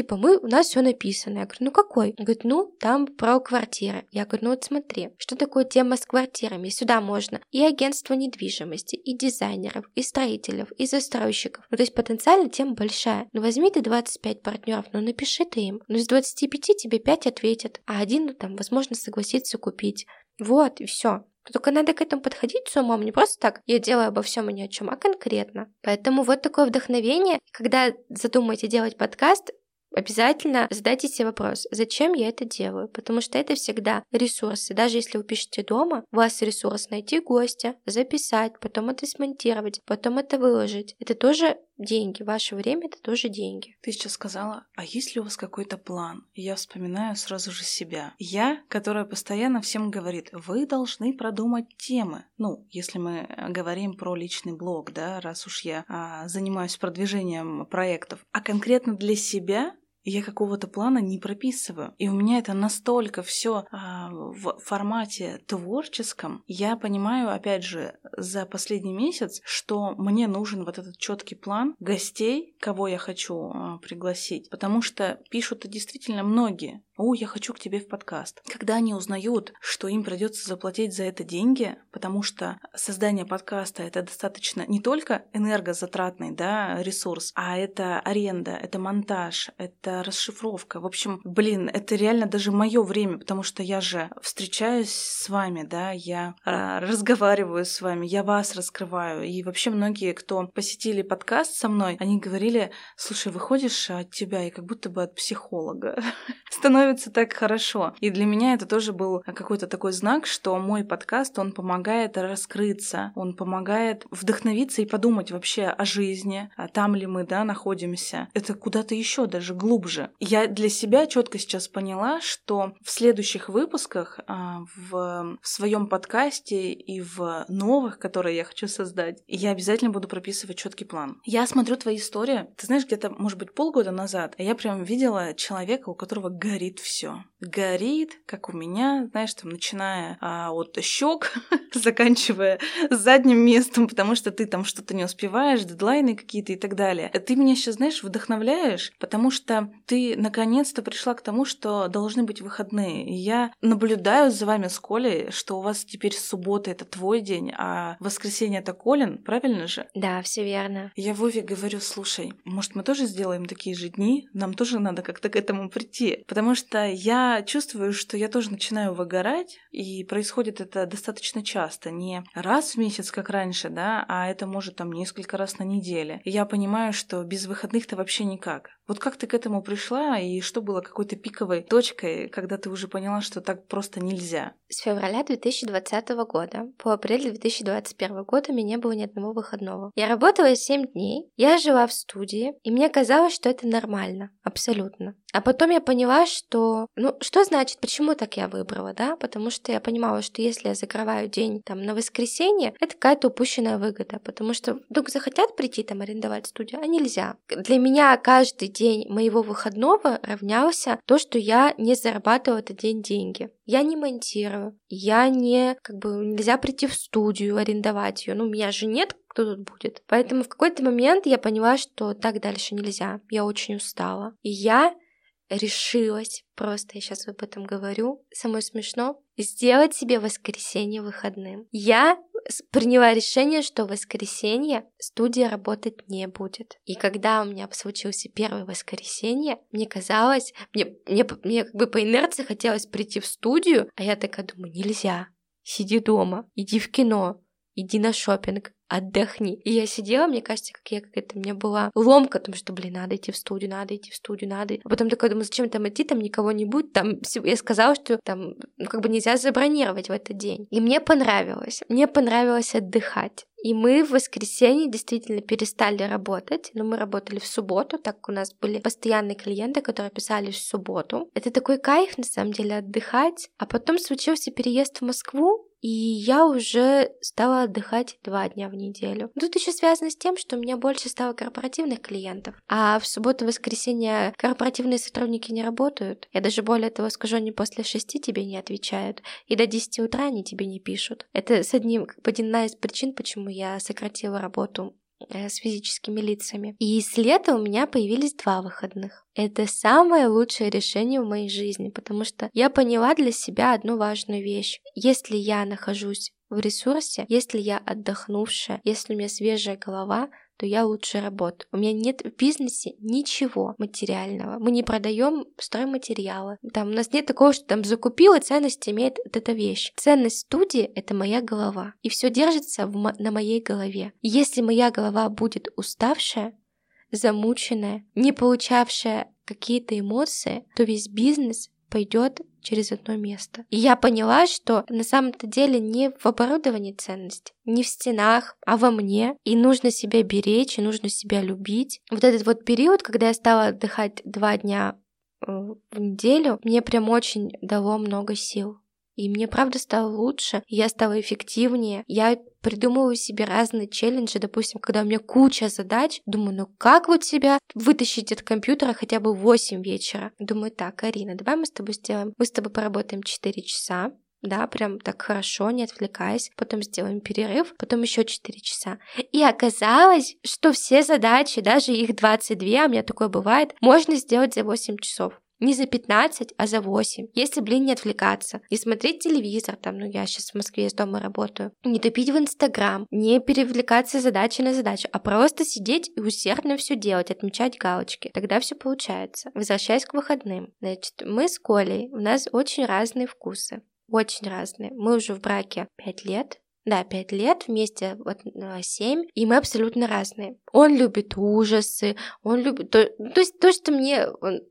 у нас все написано. Я говорю, какой? Он говорит, там про квартиры. Я говорю, смотри, что такое тема с квартирами? Сюда можно и агентство недвижимости, и дизайнеров, и строителей, и застройщиков. То есть потенциально тема большая. Возьми ты 25 партнеров, напиши ты им. Из 25 тебе 5 ответят, а один, возможно, согласится купить. И все. Только надо к этому подходить с умом, не просто так, я делаю обо всем и ни о чем, а конкретно. Поэтому такое вдохновение, когда задумаете делать подкаст, обязательно задайте себе вопрос, зачем я это делаю? Потому что это всегда ресурсы. Даже если вы пишете дома, у вас ресурс найти гостя, записать, потом это смонтировать, потом это выложить. Это тоже деньги. Ваше время — это тоже деньги. Ты сейчас сказала, а есть ли у вас какой-то план? И я вспоминаю сразу же себя. Я, которая постоянно всем говорит, вы должны продумать темы. Если мы говорим про личный блог, да, раз уж я занимаюсь продвижением проектов. А конкретно для себя и я какого-то плана не прописываю. И у меня это настолько все в формате творческом. Я понимаю, опять же, за последний месяц, что мне нужен вот этот четкий план гостей, кого я хочу пригласить. Потому что пишут действительно многие. Я хочу к тебе в подкаст. Когда они узнают, что им придется заплатить за это деньги, потому что создание подкаста — это достаточно не только энергозатратный, да, ресурс, а это аренда, это монтаж, это расшифровка. В общем, это реально даже мое время, потому что я же встречаюсь с вами, да, я разговариваю с вами, я вас раскрываю. И вообще многие, кто посетили подкаст со мной, они говорили: слушай, выходишь от тебя и как будто бы от психолога. Становится так хорошо. И для меня это тоже был какой-то такой знак, что мой подкаст, он помогает раскрыться, он помогает вдохновиться и подумать вообще о жизни, там ли мы, да, находимся. Это куда-то еще даже глубже. Я для себя четко сейчас поняла, что в следующих выпусках в своем подкасте и в новых, которые я хочу создать, я обязательно буду прописывать четкий план. Я смотрю твои истории. Ты знаешь, где-то, может быть, полгода назад я прям видела человека, у которого горит все. Горит, как у меня, знаешь, там, начиная от щек, заканчивая задним местом, потому что ты там что-то не успеваешь, дедлайны какие-то и так далее. Ты меня сейчас, знаешь, вдохновляешь, потому что ты наконец-то пришла к тому, что должны быть выходные. И я наблюдаю за вами с Колей, что у вас теперь суббота — это твой день, а воскресенье — это Колин, правильно же? Да, все верно. Я Вове говорю: слушай, может, мы тоже сделаем такие же дни? Нам тоже надо как-то к этому прийти. Потому что я чувствую, что я тоже начинаю выгорать, и происходит это достаточно часто. Не раз в месяц, как раньше, да, а это может там несколько раз на неделе. И я понимаю, что без выходных-то вообще никак. Вот как ты к этому пришла, и что было какой-то пиковой точкой, когда ты уже поняла, что так просто нельзя? С февраля 2020 года по апрель 2021 года у меня не было ни одного выходного. Я работала 7 дней, я жила в студии, и мне казалось, что это нормально, абсолютно. А потом я поняла, что... что значит, почему так я выбрала, да? Потому что я понимала, что если я закрываю день там на воскресенье, это какая-то упущенная выгода, потому что вдруг захотят прийти там арендовать студию, а нельзя. Для меня каждый день моего выходного равнялся то, что я не зарабатывала этот день деньги. Я не монтирую, я не... нельзя прийти в студию, арендовать ее. У меня же нет, кто тут будет. Поэтому в какой-то момент я поняла, что так дальше нельзя. Я очень устала. И я решилась, просто я сейчас об этом говорю, самое смешно, сделать себе воскресенье выходным. Я приняла решение, что в воскресенье студия работать не будет. И когда у меня случился первое воскресенье, мне казалось, мне по инерции хотелось прийти в студию, а я такая думаю: нельзя, сиди дома, иди в кино, иди на шопинг, отдохни. И я сидела, мне кажется, у меня была ломка, потому что, надо идти в студию, надо. А потом такая думаю: зачем там идти, там никого не будет. Там я сказала, что там нельзя забронировать в этот день. И мне понравилось отдыхать. И мы в воскресенье действительно перестали работать, но мы работали в субботу, так как у нас были постоянные клиенты, которые писали в субботу. Это такой кайф, на самом деле, отдыхать. А потом случился переезд в Москву, и я уже стала отдыхать 2 дня в неделю. Тут еще связано с тем, что у меня больше стало корпоративных клиентов, а в субботу и воскресенье корпоративные сотрудники не работают. Я даже более того скажу, они после 6 тебе не отвечают, и до 10 утра они тебе не пишут. Это одна из причин, почему я сократила работу с физическими лицами. И с лета у меня появились 2 выходных. Это самое лучшее решение в моей жизни, потому что я поняла для себя одну важную вещь. Если я нахожусь в ресурсе, если я отдохнувшая, если у меня свежая голова, то я лучше работаю. У меня нет в бизнесе ничего материального. Мы не продаем стройматериалы. У нас нет такого, что закупила, ценность имеет вот эта вещь. Ценность студии — это моя голова. И все держится на моей голове. И если моя голова будет уставшая, замученная, не получавшая какие-то эмоции, то весь бизнес пойдет через одно место. И я поняла, что на самом-то деле не в оборудовании ценность, не в стенах, а во мне. И нужно себя беречь, и нужно себя любить. Вот этот период, когда я стала отдыхать 2 дня в неделю, мне прям очень дало много сил. И мне, правда, стало лучше, я стала эффективнее, я придумываю себе разные челленджи, допустим, когда у меня куча задач, думаю, ну как вот себя вытащить от компьютера хотя бы в 8 вечера? Думаю, так, Арина, давай мы с тобой сделаем, мы с тобой поработаем 4 часа, да, прям так хорошо, не отвлекаясь, потом сделаем перерыв, потом еще 4 часа. И оказалось, что все задачи, даже их 22, у меня такое бывает, можно сделать за 8 часов. Не за 15, а за 8. Если, не отвлекаться, не смотреть телевизор, я сейчас в Москве из дома работаю, не тупить в Инстаграм, не перевлекаться задачи на задачу, а просто сидеть и усердно все делать, отмечать галочки. Тогда все получается. Возвращаясь к выходным. Значит, мы с Колей, у нас очень разные вкусы. Очень разные. Мы уже в браке 5 лет. Да, 5 лет, вместе 7, и мы абсолютно разные. Он любит ужасы, он любит... То есть то, что мне...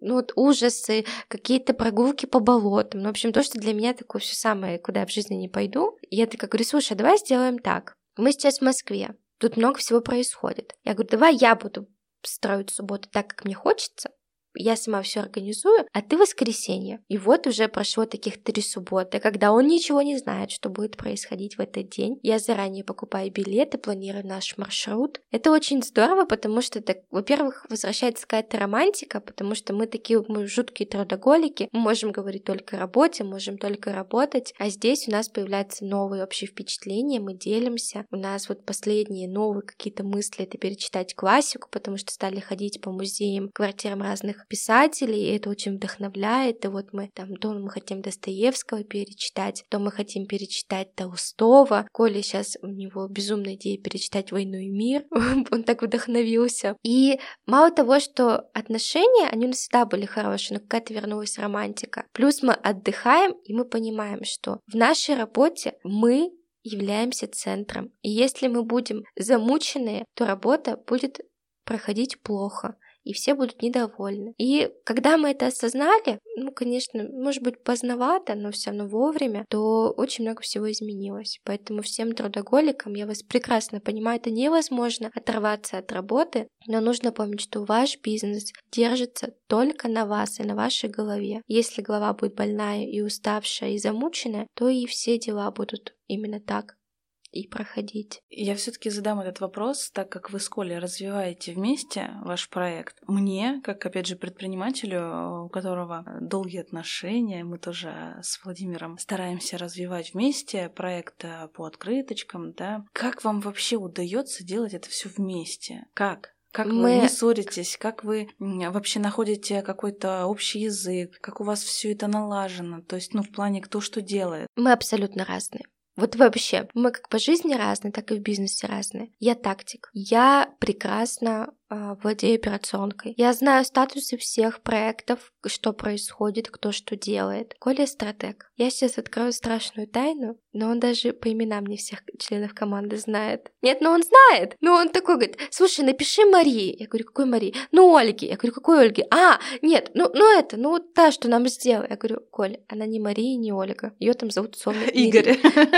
ужасы, какие-то прогулки по болотам. В общем, то, что для меня такое все самое, куда я в жизни не пойду. И я такая говорю, слушай, давай сделаем так. Мы сейчас в Москве, тут много всего происходит. Я говорю, давай я буду строить субботу так, как мне хочется. Я сама все организую, а ты воскресенье. И вот уже прошло таких 3 субботы, когда он ничего не знает, что будет происходить в этот день. Я заранее покупаю билеты, планирую наш маршрут. Это очень здорово, потому что это, во-первых, возвращается какая-то романтика, потому что мы жуткие трудоголики, мы можем говорить только о работе, можем только работать, а здесь у нас появляются новые общие впечатления, мы делимся. У нас последние новые какие-то мысли — это перечитать классику, потому что стали ходить по музеям, квартирам разных писателей, и это очень вдохновляет. И мы то мы хотим Достоевского перечитать, то мы хотим перечитать Толстого. Коля сейчас, у него безумная идея перечитать «Войну и мир», он так вдохновился. И мало того, что отношения, они у нас всегда были хорошие, но какая-то вернулась романтика. Плюс мы отдыхаем, и мы понимаем, что в нашей работе мы являемся центром. И если мы будем замученные, то работа будет проходить плохо, и все будут недовольны. И когда мы это осознали, конечно, может быть поздновато, но все равно вовремя, то очень много всего изменилось. Поэтому всем трудоголикам, я вас прекрасно понимаю, это невозможно оторваться от работы, но нужно помнить, что ваш бизнес держится только на вас и на вашей голове. Если голова будет больная и уставшая и замученная, то и все дела будут именно так и проходить. Я все-таки задам этот вопрос, так как вы с Колей развиваете вместе ваш проект. Мне, как, опять же, предпринимателю, у которого долгие отношения, мы тоже с Владимиром стараемся развивать вместе проект по открыточкам, да. Как вам вообще удается делать это все вместе? Как? Как вы не ссоритесь, как вы вообще находите какой-то общий язык, как у вас все это налажено, то есть, в плане кто что делает? Мы абсолютно разные. Вообще, мы как по жизни разные, так и в бизнесе разные. Я тактик. Я прекрасно владею операционкой. Я знаю статусы всех проектов, что происходит, кто что делает. Коля стратег. Я сейчас открою страшную тайну, но он даже по именам не всех членов команды знает. Нет, он знает. Он такой говорит, слушай, напиши Марии. Я говорю, какой Марии? Ольги. Я говорю, какой Ольги? Нет, та, что нам сделала. Я говорю, Коля, она не Мария, не Ольга. Ее там зовут Соня. Игорь.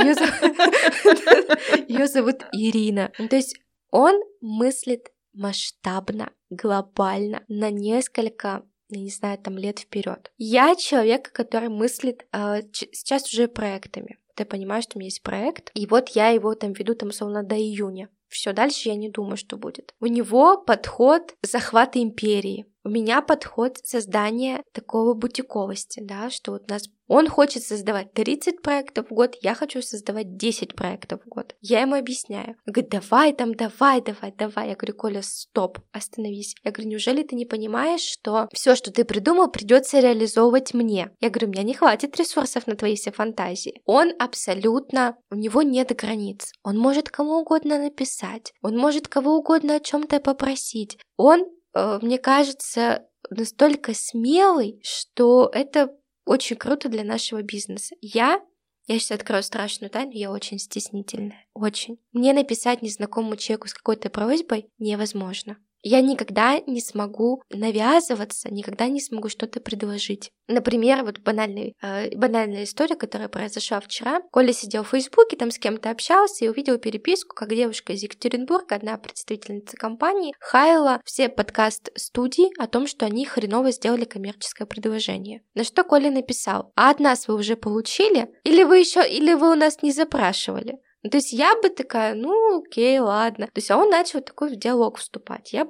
Ее зовут Ирина. То есть он мыслит масштабно, глобально, на несколько, лет вперед. Я человек, который мыслит сейчас уже проектами. Ты понимаешь, что у меня есть проект, и я его веду условно до июня. Все, дальше я не думаю, что будет. У него подход захвата империи. У меня подход создания такого бутиковости, да, что он хочет создавать 30 проектов в год, я хочу создавать 10 проектов в год. Я ему объясняю. Он говорит, давай. Я говорю, Коля, стоп, остановись. Я говорю, неужели ты не понимаешь, что все, что ты придумал, придется реализовывать мне? Я говорю, у меня не хватит ресурсов на твои все фантазии. Он абсолютно, у него нет границ. Он может кому угодно написать, он может кого угодно о чем-то попросить. Он, мне кажется, настолько смелый, что это очень круто для нашего бизнеса. Я сейчас открою страшную тайну, я очень стеснительная. Очень. Мне написать незнакомому человеку с какой-то просьбой невозможно. я никогда не смогу навязываться, никогда не смогу что-то предложить. Например, вот банальная история, которая произошла вчера. Коля сидел в Фейсбуке, там с кем-то общался и увидел переписку, как девушка из Екатеринбурга, одна представительница компании, хаяла все подкаст-студии о том, что они хреново сделали коммерческое предложение. На что Коля написал: а от нас вы уже получили? Или вы у нас не запрашивали? То есть я бы такая, окей, ладно. То есть он начал такой в диалог вступать. Я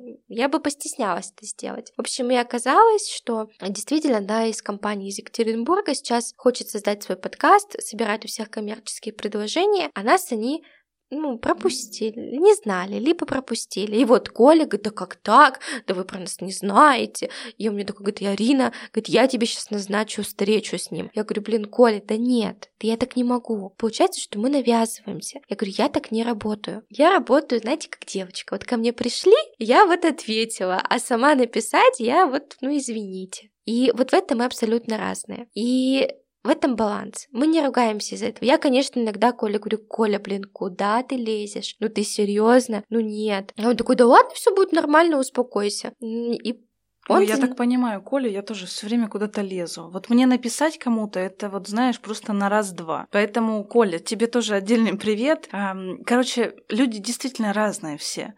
бы постеснялась это сделать. В общем, и оказалось, что действительно одна из компаний из Екатеринбурга сейчас хочет создать свой подкаст, собирать у всех коммерческие предложения, а нас они пропустили, не знали, либо пропустили. И вот Коля говорит: да как так? Да вы про нас не знаете. И он мне такой говорит: Арина, я тебе сейчас назначу встречу с ним. Я говорю: Коля, да нет, да я так не могу. Получается, что мы навязываемся. Я говорю: я так не работаю. Я работаю, знаете, как девочка. Вот ко мне пришли, я вот ответила, а сама написать я извините. И вот в этом мы абсолютно разные. И в этом баланс. Мы не ругаемся из-за этого. Я, конечно, иногда Коле говорю: Коля, куда ты лезешь? Ты серьезно? Нет. А он такой: да ладно, все будет нормально, успокойся. И я так понимаю, Коля, я тоже все время куда-то лезу. Вот мне написать кому-то, это знаешь, просто на раз-два. Поэтому, Коля, тебе тоже отдельный привет. Короче, люди действительно разные все.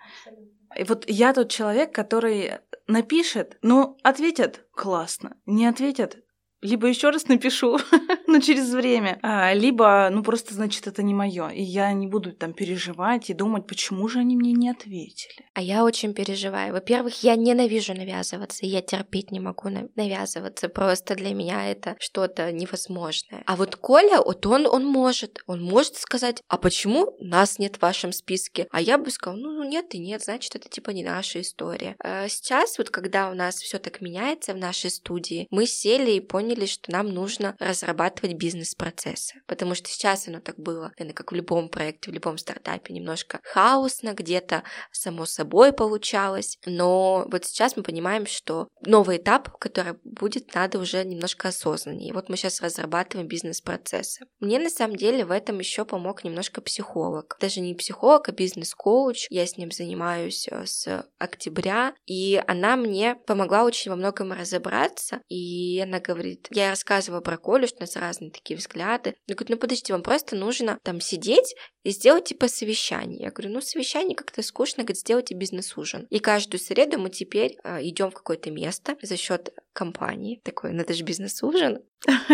И вот я тот человек, который напишет, ответят — классно, не ответят — либо еще раз напишу, но через время, либо, просто, значит, это не мое, и я не буду там переживать и думать, почему же они мне не ответили. А я очень переживаю. Во-первых, я ненавижу навязываться, и я терпеть не могу навязываться, просто для меня это что-то невозможное. А вот Коля, он может сказать: а почему нас нет в вашем списке? А я бы сказала: нет и нет, значит, это типа не наша история. Сейчас, когда у нас все так меняется в нашей студии, мы сели и поняли, что нам нужно разрабатывать бизнес-процессы. Потому что сейчас оно так было, наверное, как в любом проекте, в любом стартапе, немножко хаосно, где-то само собой получалось. Но вот сейчас мы понимаем, что новый этап, который будет, надо уже немножко осознаннее. И вот мы сейчас разрабатываем бизнес-процессы. Мне на самом деле в этом еще помог немножко психолог. Даже не психолог, а бизнес-коуч. Я с ним занимаюсь с октября, и она мне помогла очень во многом разобраться. И она говорит, я рассказывала про Колю, что у нас разные такие взгляды. Я говорю: подождите, вам просто нужно там сидеть и сделать типа совещание. Я говорю: совещание как-то скучно, сделайте бизнес-ужин. И каждую среду мы теперь идем в какое-то место за счет компании. Такой, это же бизнес-ужин.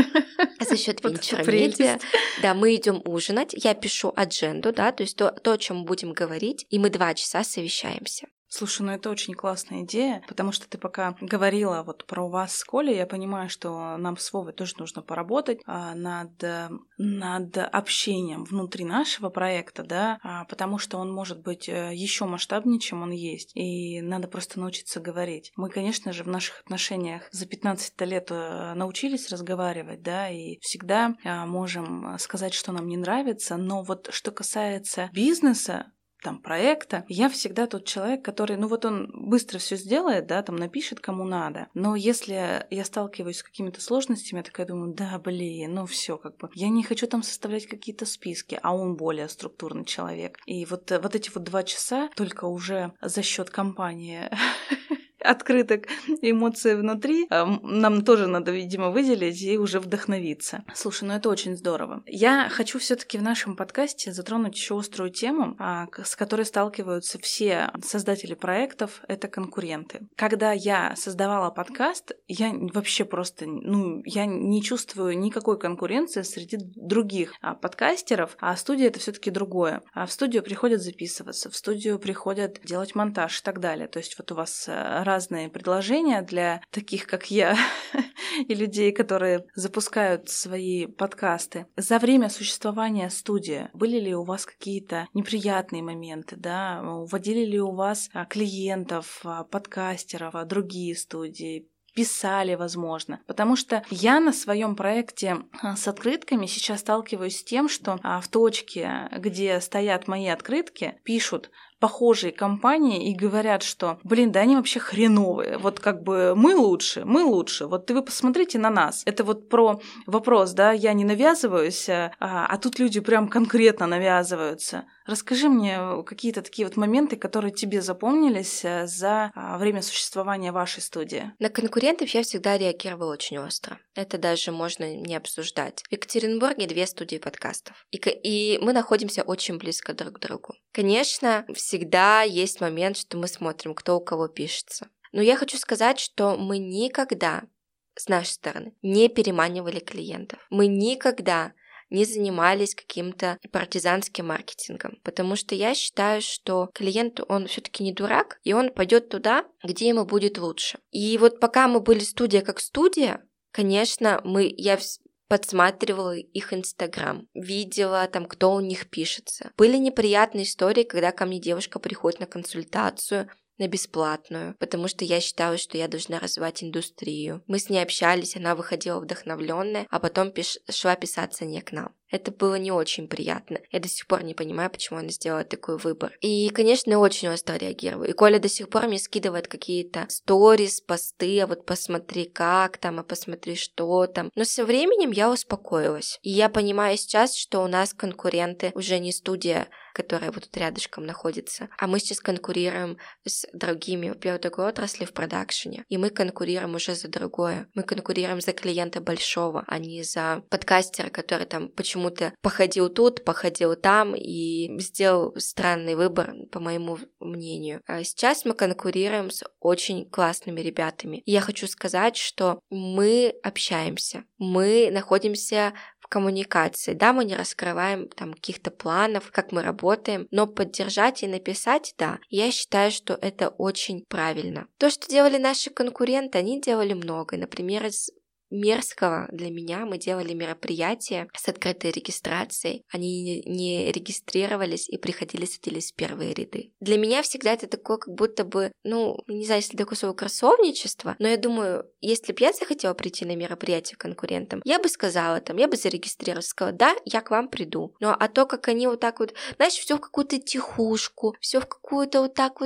За счет венчур-медиа. Да, мы идем ужинать, я пишу адженду, да, то есть то, о чем мы будем говорить, и мы 2 часа совещаемся. Слушай, это очень классная идея, потому что ты пока говорила про вас с Колей, я понимаю, что нам с Вовой тоже нужно поработать над общением внутри нашего проекта, да, потому что он может быть еще масштабнее, чем он есть, и надо просто научиться говорить. Мы, конечно же, в наших отношениях за 15 лет научились разговаривать, да, и всегда можем сказать, что нам не нравится, но вот что касается бизнеса, проекта, я всегда тот человек, который, он быстро все сделает, да, напишет кому надо. Но если я сталкиваюсь с какими-то сложностями, я такая думаю: да, все, я не хочу составлять какие-то списки, а он более структурный человек. И вот эти 2 часа только уже за счет компании открыток, эмоции внутри, нам тоже надо, видимо, выделить и уже вдохновиться. Слушай, это очень здорово. Я хочу все-таки в нашем подкасте затронуть еще острую тему, с которой сталкиваются все создатели проектов, это конкуренты. Когда я создавала подкаст, я вообще просто, я не чувствую никакой конкуренции среди других подкастеров, а студия — это все-таки другое. В студию приходят записываться, в студию приходят делать монтаж и так далее. То есть у вас разные предложения для таких, как я, и людей, которые запускают свои подкасты. За время существования студии были ли у вас какие-то неприятные моменты, да? Уводили ли у вас клиентов, подкастеров, другие студии? Писали, возможно. Потому что я на своем проекте с открытками сейчас сталкиваюсь с тем, что в точке, где стоят мои открытки, пишут: похожие компании и говорят, что, блин, да они вообще хреновые, вот как бы мы лучше, вот вы посмотрите на нас. Это вот про вопрос, да, я не навязываюсь, а тут люди прям конкретно навязываются. Расскажи мне какие-то такие вот моменты, которые тебе запомнились за время существования вашей студии. На конкурентов я всегда реагировала очень остро. Это даже можно не обсуждать. В Екатеринбурге 2 студии подкастов. И мы находимся очень близко друг к другу. Конечно, всегда есть момент, что мы смотрим, кто у кого пишется. Но я хочу сказать, что мы никогда с нашей стороны не переманивали клиентов. Мы никогда не занимались каким-то партизанским маркетингом, потому что я считаю, что клиент, он все-таки не дурак, и он пойдет туда, где ему будет лучше. И вот пока мы были студия как студия, конечно, я подсматривала их Инстаграм, видела там, кто у них пишется. Были неприятные истории, когда ко мне девушка приходит на консультацию, на бесплатную, потому что я считала, что я должна развивать индустрию. Мы с ней общались, она выходила вдохновленная, а потом шла писаться не к нам. Это было не очень приятно. Я до сих пор не понимаю, почему она сделала такой выбор. И, конечно, я очень остро реагирую. И Коля до сих пор мне скидывает какие-то сторис, посты, а вот посмотри как там, а посмотри что там. Но со временем я успокоилась. И я понимаю сейчас, что у нас конкуренты уже не студия, которая вот тут рядышком находится, а мы сейчас конкурируем с другими, во-первых, другой отрасли в продакшене, и мы конкурируем уже за другое. Мы конкурируем за клиента большого, а не за подкастера, который там почему-то походил тут, походил там и сделал странный выбор, по моему мнению. А сейчас мы конкурируем с очень классными ребятами. И я хочу сказать, что мы общаемся, мы находимся в коммуникации. Да, мы не раскрываем там каких-то планов, как мы работаем, но поддержать и написать, да, я считаю, что это очень правильно. То, что делали наши конкуренты, они делали многое. Например, из мерзкого для меня мы делали мероприятия с открытой регистрацией. Они не регистрировались и приходили, садились в первые ряды. Для меня всегда это такое, как будто бы, не знаю, если такое слово красовничество, но я думаю, если бы я захотела прийти на мероприятие к конкурентам, я бы сказала там, я бы зарегистрировалась, сказала, да, я к вам приду. А то, как они вот так вот, знаешь, все в какую-то тихушку, все в какую-то вот так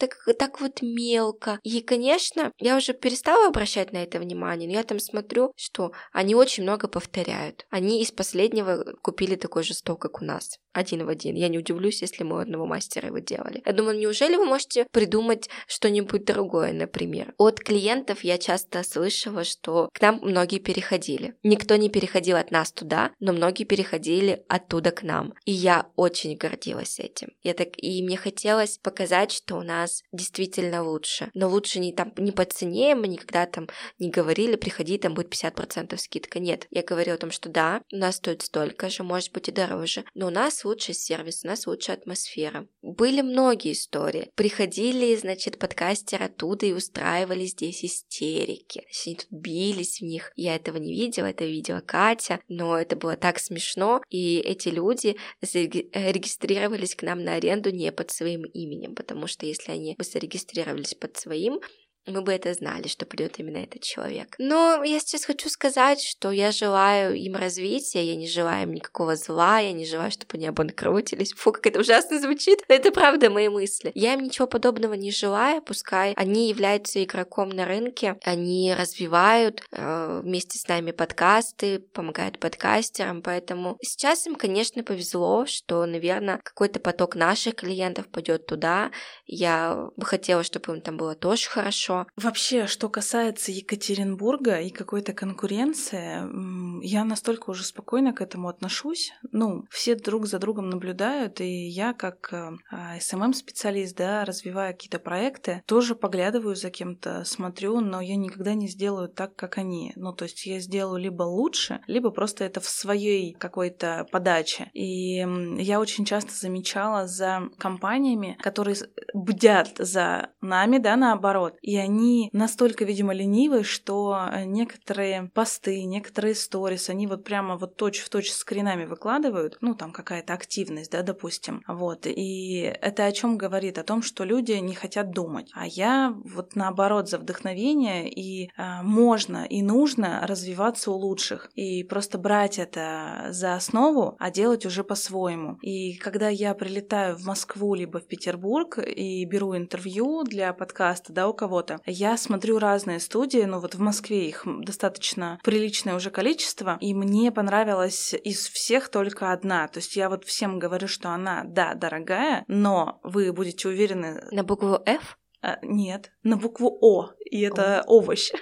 вот мелко. И, конечно, я уже перестала обращать на это внимание, но я там смотрю, что они очень много повторяют. Они из последнего купили такой же стол, как у нас. 1 в 1. Я не удивлюсь, если мы у одного мастера его делали. Я думаю, неужели вы можете придумать что-нибудь другое, например? От клиентов я часто слышала, что к нам многие переходили. Никто не переходил от нас туда, но многие переходили оттуда к нам. И я очень гордилась этим. И мне хотелось показать, что у нас действительно лучше. Но лучше не по цене, мы никогда там не говорили, приходи, там будет 50% скидка. Нет, я говорила о том, что да, у нас стоит столько же, может быть и дороже, но у нас лучший сервис, у нас лучшая атмосфера. Были многие истории. Приходили, подкастеры оттуда и устраивали здесь истерики. Они тут бились в них. Я этого не видела, это видела Катя, но это было так смешно, и эти люди регистрировались к нам на аренду не под своим именем, потому что если они бы зарегистрировались под своим, мы бы это знали, что придет именно этот человек. Но я сейчас хочу сказать, что я желаю им развития, я не желаю им никакого зла, я не желаю, чтобы они обанкротились. Фу, как это ужасно звучит, но это правда мои мысли. Я им ничего подобного не желаю, пускай они являются игроком на рынке, они развивают вместе с нами подкасты, помогают подкастерам, поэтому сейчас им, конечно, повезло, что, наверное, какой-то поток наших клиентов пойдет туда. Я бы хотела, чтобы им там было тоже хорошо. Вообще, что касается Екатеринбурга и какой-то конкуренции, я настолько уже спокойно к этому отношусь. Все друг за другом наблюдают, и я как SMM-специалист, да, развивая какие-то проекты, тоже поглядываю за кем-то, смотрю, но я никогда не сделаю так, как они. То есть я сделаю либо лучше, либо просто это в своей какой-то подаче. И я очень часто замечала за компаниями, которые бдят за нами, да, наоборот, и они настолько, видимо, ленивы, что некоторые посты, некоторые сторис, они вот прямо вот точь-в-точь с скринами выкладывают, ну, там какая-то активность, да, допустим, вот, и это о чем говорит? О том, что люди не хотят думать, а я вот наоборот за вдохновение, и можно и нужно развиваться у лучших, и просто брать это за основу, а делать уже по-своему. И когда я прилетаю в Москву либо в Петербург и беру интервью для подкаста, да, у кого-то, я смотрю разные студии, ну вот в Москве их достаточно приличное уже количество, и мне понравилась из всех только одна. То есть я вот всем говорю, что она, да, дорогая, но вы будете уверены... На букву F? Нет, на букву О, и это овощ.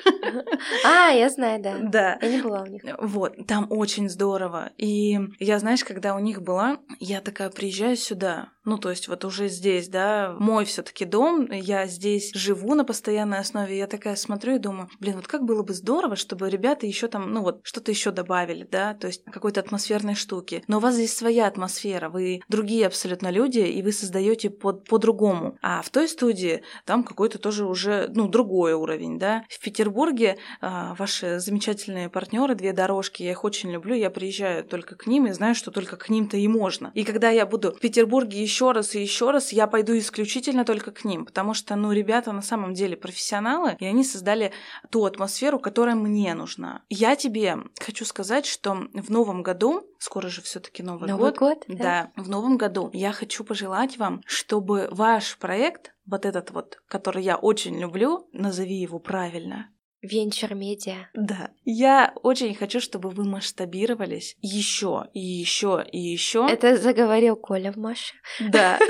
Я знаю, да. Да. Я не была у них. Вот, там очень здорово. И я, знаешь, когда у них была, я такая приезжаю сюда, ну, то есть вот уже здесь, да, мой все-таки дом, я здесь живу на постоянной основе, я такая смотрю и думаю, блин, вот как было бы здорово, чтобы ребята еще там, ну вот, что-то еще добавили, да, то есть какой-то атмосферной штуки. Но у вас здесь своя атмосфера, вы другие абсолютно люди, и вы создаете по-другому. А в той студии там какой-то тоже уже, ну, другой уровень, да. В Петербурге ваши замечательные партнеры, 2 дорожки, я их очень люблю, я приезжаю только к ним и знаю, что только к ним-то и можно. И когда я буду в Петербурге еще раз и еще раз, я пойду исключительно только к ним, потому что, ну, ребята на самом деле профессионалы, и они создали ту атмосферу, которая мне нужна. Я тебе хочу сказать, что в новом году, скоро же все-таки Новый год, да, в новом году я хочу пожелать вам, чтобы ваш проект, вот этот вот, который я очень люблю, назови его правильно. Венчур медиа. Да. Я очень хочу, чтобы вы масштабировались еще и еще и еще. Это заговорил Коля в Маше. Да.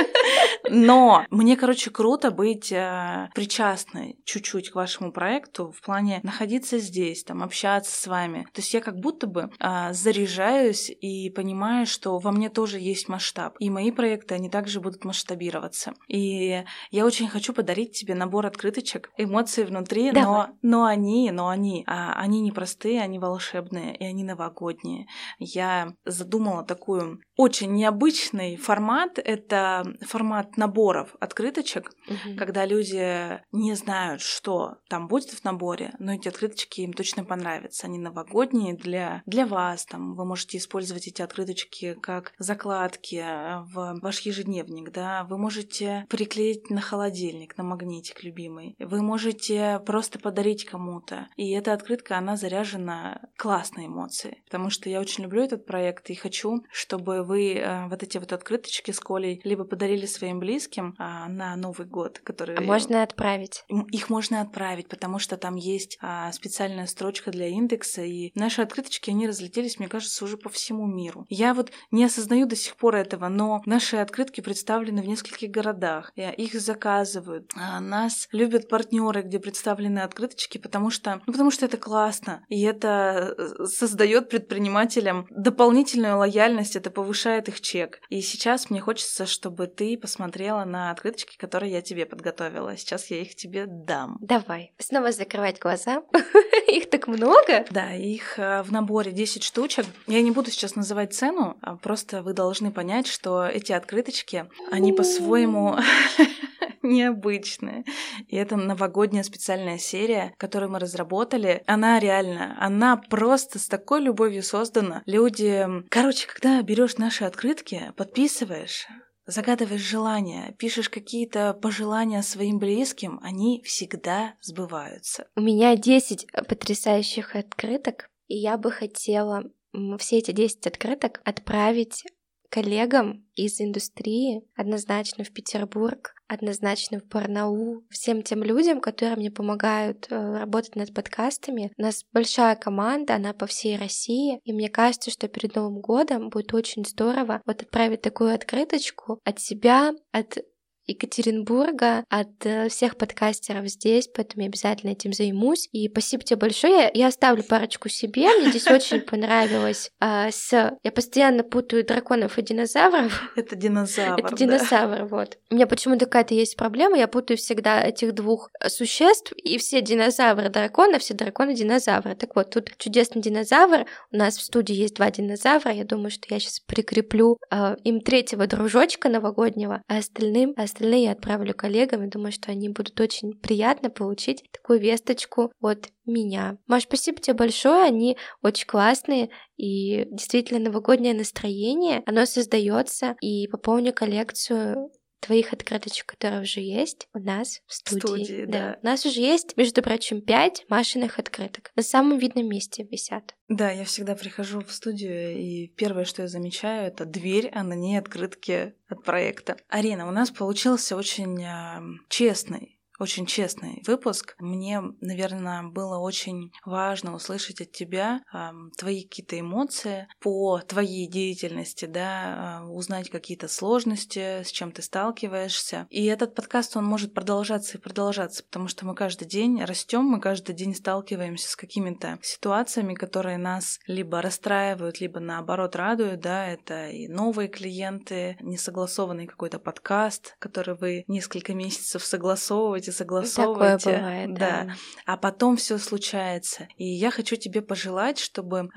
Но мне, короче, круто быть причастной чуть-чуть к вашему проекту в плане находиться здесь, там, общаться с вами. То есть я как будто бы заряжаюсь и понимаю, что во мне тоже есть масштаб. И мои проекты, они также будут масштабироваться. И я очень хочу подарить тебе набор открыточек, эмоции внутри, но они непростые, они волшебные, и они новогодние. Я задумала такую очень необычный формат. Это формат наборов открыточек, когда люди не знают, что там будет в наборе, но эти открыточки им точно понравятся. Они новогодние для вас. Там, вы можете использовать эти открыточки как закладки в ваш ежедневник. Да? Вы можете приклеить на холодильник, на магнитик любимый. Вы можете просто подарить кому-то. И эта открытка, она заряжена классной эмоцией. Потому что я очень люблю этот проект и хочу, чтобы вы вот эти вот открыточки с Колей либо подарили своим близким на Новый год, которые... можно отправить. Их можно отправить, потому что там есть специальная строчка для индекса, и наши открыточки, они разлетелись, мне кажется, уже по всему миру. Я вот не осознаю до сих пор этого, но наши открытки представлены в нескольких городах, их заказывают, нас любят партнеры, где представлены открыточки, потому что это классно, и это создает предпринимателям дополнительную лояльность, это повышает их чек. И сейчас мне хочется, чтобы ты посмотрела на открыточки, которые я тебе подготовила. Сейчас я их тебе дам. Давай. Снова закрывать глаза. Их так много. Да, их в наборе 10 штучек. Я не буду сейчас называть цену, просто вы должны понять, что эти открыточки, они по-своему необычные. И это новогодняя специальная серия, которую мы разработали. Она просто с такой любовью создана. Люди... Короче, когда берешь наши открытки, подписываешь, загадываешь желания, пишешь какие-то пожелания своим близким, они всегда сбываются. У меня 10 потрясающих открыток, и я бы хотела все эти 10 открыток отправить коллегам из индустрии, однозначно в Петербург, однозначно в Барнаул, всем тем людям, которые мне помогают работать над подкастами. У нас большая команда, она по всей России, и мне кажется, что перед Новым годом будет очень здорово вот отправить такую открыточку от себя, от Екатеринбурга, от всех подкастеров здесь, поэтому я обязательно этим займусь. И спасибо тебе большое. Я оставлю парочку себе. Мне здесь очень понравилось. Я постоянно путаю драконов и динозавров. Это динозавр. Это динозавр, вот. У меня почему-то какая-то есть проблема. Я путаю всегда этих двух существ, и все динозавры драконы, все драконы динозавры. Так вот, тут чудесный динозавр. У нас в студии есть 2 динозавра. Я думаю, что я сейчас прикреплю им 3-го дружочка новогоднего, а остальным остальные я отправлю коллегам. Я думаю, что они будут очень приятно получить такую весточку от меня. Маш, спасибо тебе большое, они очень классные, и действительно новогоднее настроение, оно создается. И пополню коллекцию твоих открыточек, которые уже есть у нас в студии. Да. У нас уже есть, между прочим, 5 Машиных открыток. На самом видном месте висят. Да, я всегда прихожу в студию, и первое, что я замечаю, это дверь, а на ней открытки от проекта. Арина, у нас получился очень честный выпуск. Мне, наверное, было очень важно услышать от тебя твои какие-то эмоции по твоей деятельности, да, узнать какие-то сложности, с чем ты сталкиваешься. И этот подкаст, он может продолжаться и продолжаться, потому что мы каждый день растем, мы каждый день сталкиваемся с какими-то ситуациями, которые нас либо расстраивают, либо наоборот радуют, да, это и новые клиенты, несогласованный какой-то подкаст, который вы несколько месяцев согласовываете, Такое бывает, да. А потом все случается. И я хочу тебе пожелать, чтобы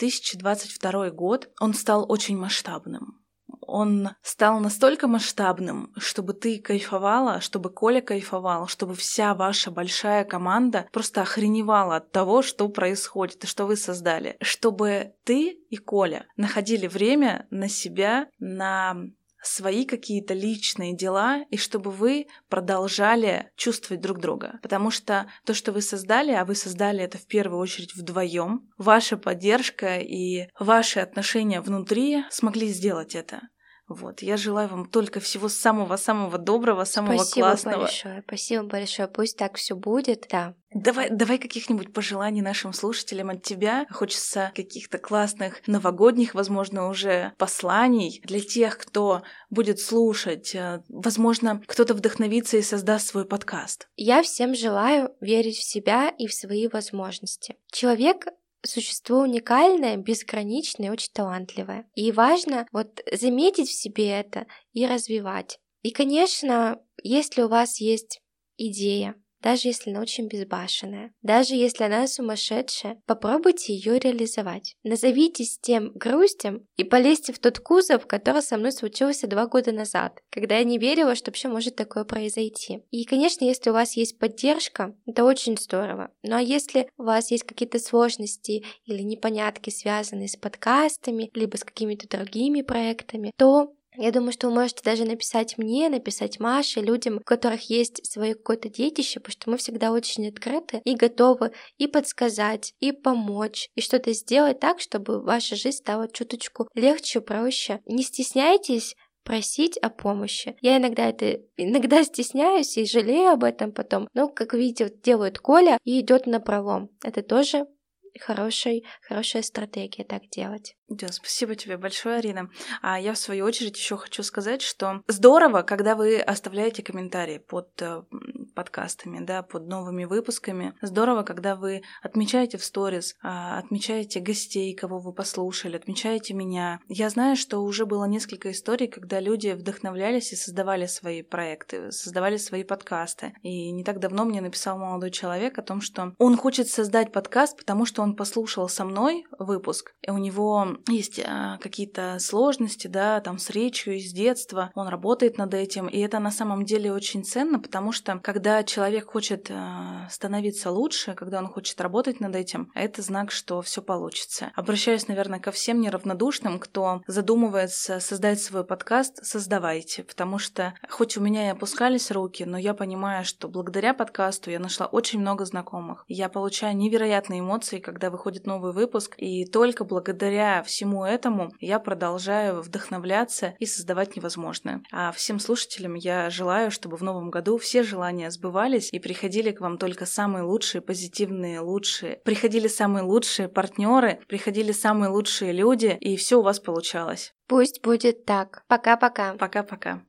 2022 год, он стал очень масштабным. Он стал настолько масштабным, чтобы ты кайфовала, чтобы Коля кайфовал, чтобы вся ваша большая команда просто охреневала от того, что происходит и что вы создали. Чтобы ты и Коля находили время на себя, на свои какие-то личные дела, и чтобы вы продолжали чувствовать друг друга. Потому что то, что вы создали, а вы создали это в первую очередь вдвоем, ваша поддержка и ваши отношения внутри смогли сделать это. Вот, я желаю вам только всего самого-самого доброго, самого классного. Спасибо большое, пусть так все будет, да. Давай каких-нибудь пожеланий нашим слушателям от тебя. Хочется каких-то классных новогодних, возможно, уже посланий для тех, кто будет слушать. Возможно, кто-то вдохновится и создаст свой подкаст. Я всем желаю верить в себя и в свои возможности. Человек — существо уникальное, безграничное, очень талантливое. И важно заметить в себе это и развивать. И, конечно, если у вас есть идея, даже если она очень безбашенная, даже если она сумасшедшая, попробуйте ее реализовать. Назовитесь тем грустем и полезьте в тот кузов, который со мной случился 2 года назад, когда я не верила, что вообще может такое произойти. И, конечно, если у вас есть поддержка, это очень здорово. Ну а если у вас есть какие-то сложности или непонятки, связанные с подкастами, либо с какими-то другими проектами, то я думаю, что вы можете даже написать мне, написать Маше, людям, у которых есть свое какое-то детище, потому что мы всегда очень открыты и готовы и подсказать, и помочь, и что-то сделать так, чтобы ваша жизнь стала чуточку легче, проще. Не стесняйтесь просить о помощи. Я иногда стесняюсь и жалею об этом потом, но, как видите, делает Коля и идет напролом. Это тоже хорошая стратегия так делать. Да, спасибо тебе большое, Арина. А я, в свою очередь, еще хочу сказать, что здорово, когда вы оставляете комментарии под подкастами, да, под новыми выпусками. Здорово, когда вы отмечаете в сторис, отмечаете гостей, кого вы послушали, отмечаете меня. Я знаю, что уже было несколько историй, когда люди вдохновлялись и создавали свои проекты, создавали свои подкасты. И не так давно мне написал молодой человек о том, что он хочет создать подкаст, потому что он послушал со мной выпуск, и у него есть какие-то сложности, да, там с речью из детства, он работает над этим, и это на самом деле очень ценно, потому что когда человек хочет становиться лучше, когда он хочет работать над этим, это знак, что все получится. Обращаюсь, наверное, ко всем неравнодушным, кто задумывается создать свой подкаст, создавайте, потому что хоть у меня и опускались руки, но я понимаю, что благодаря подкасту я нашла очень много знакомых. Я получаю невероятные эмоции, когда выходит новый выпуск, и только благодаря всему этому я продолжаю вдохновляться и создавать невозможное. А всем слушателям я желаю, чтобы в новом году все желания сбывались и приходили к вам только самые лучшие, позитивные, лучшие. Приходили самые лучшие партнеры, приходили самые лучшие люди, и все у вас получалось. Пусть будет так. Пока-пока. Пока-пока.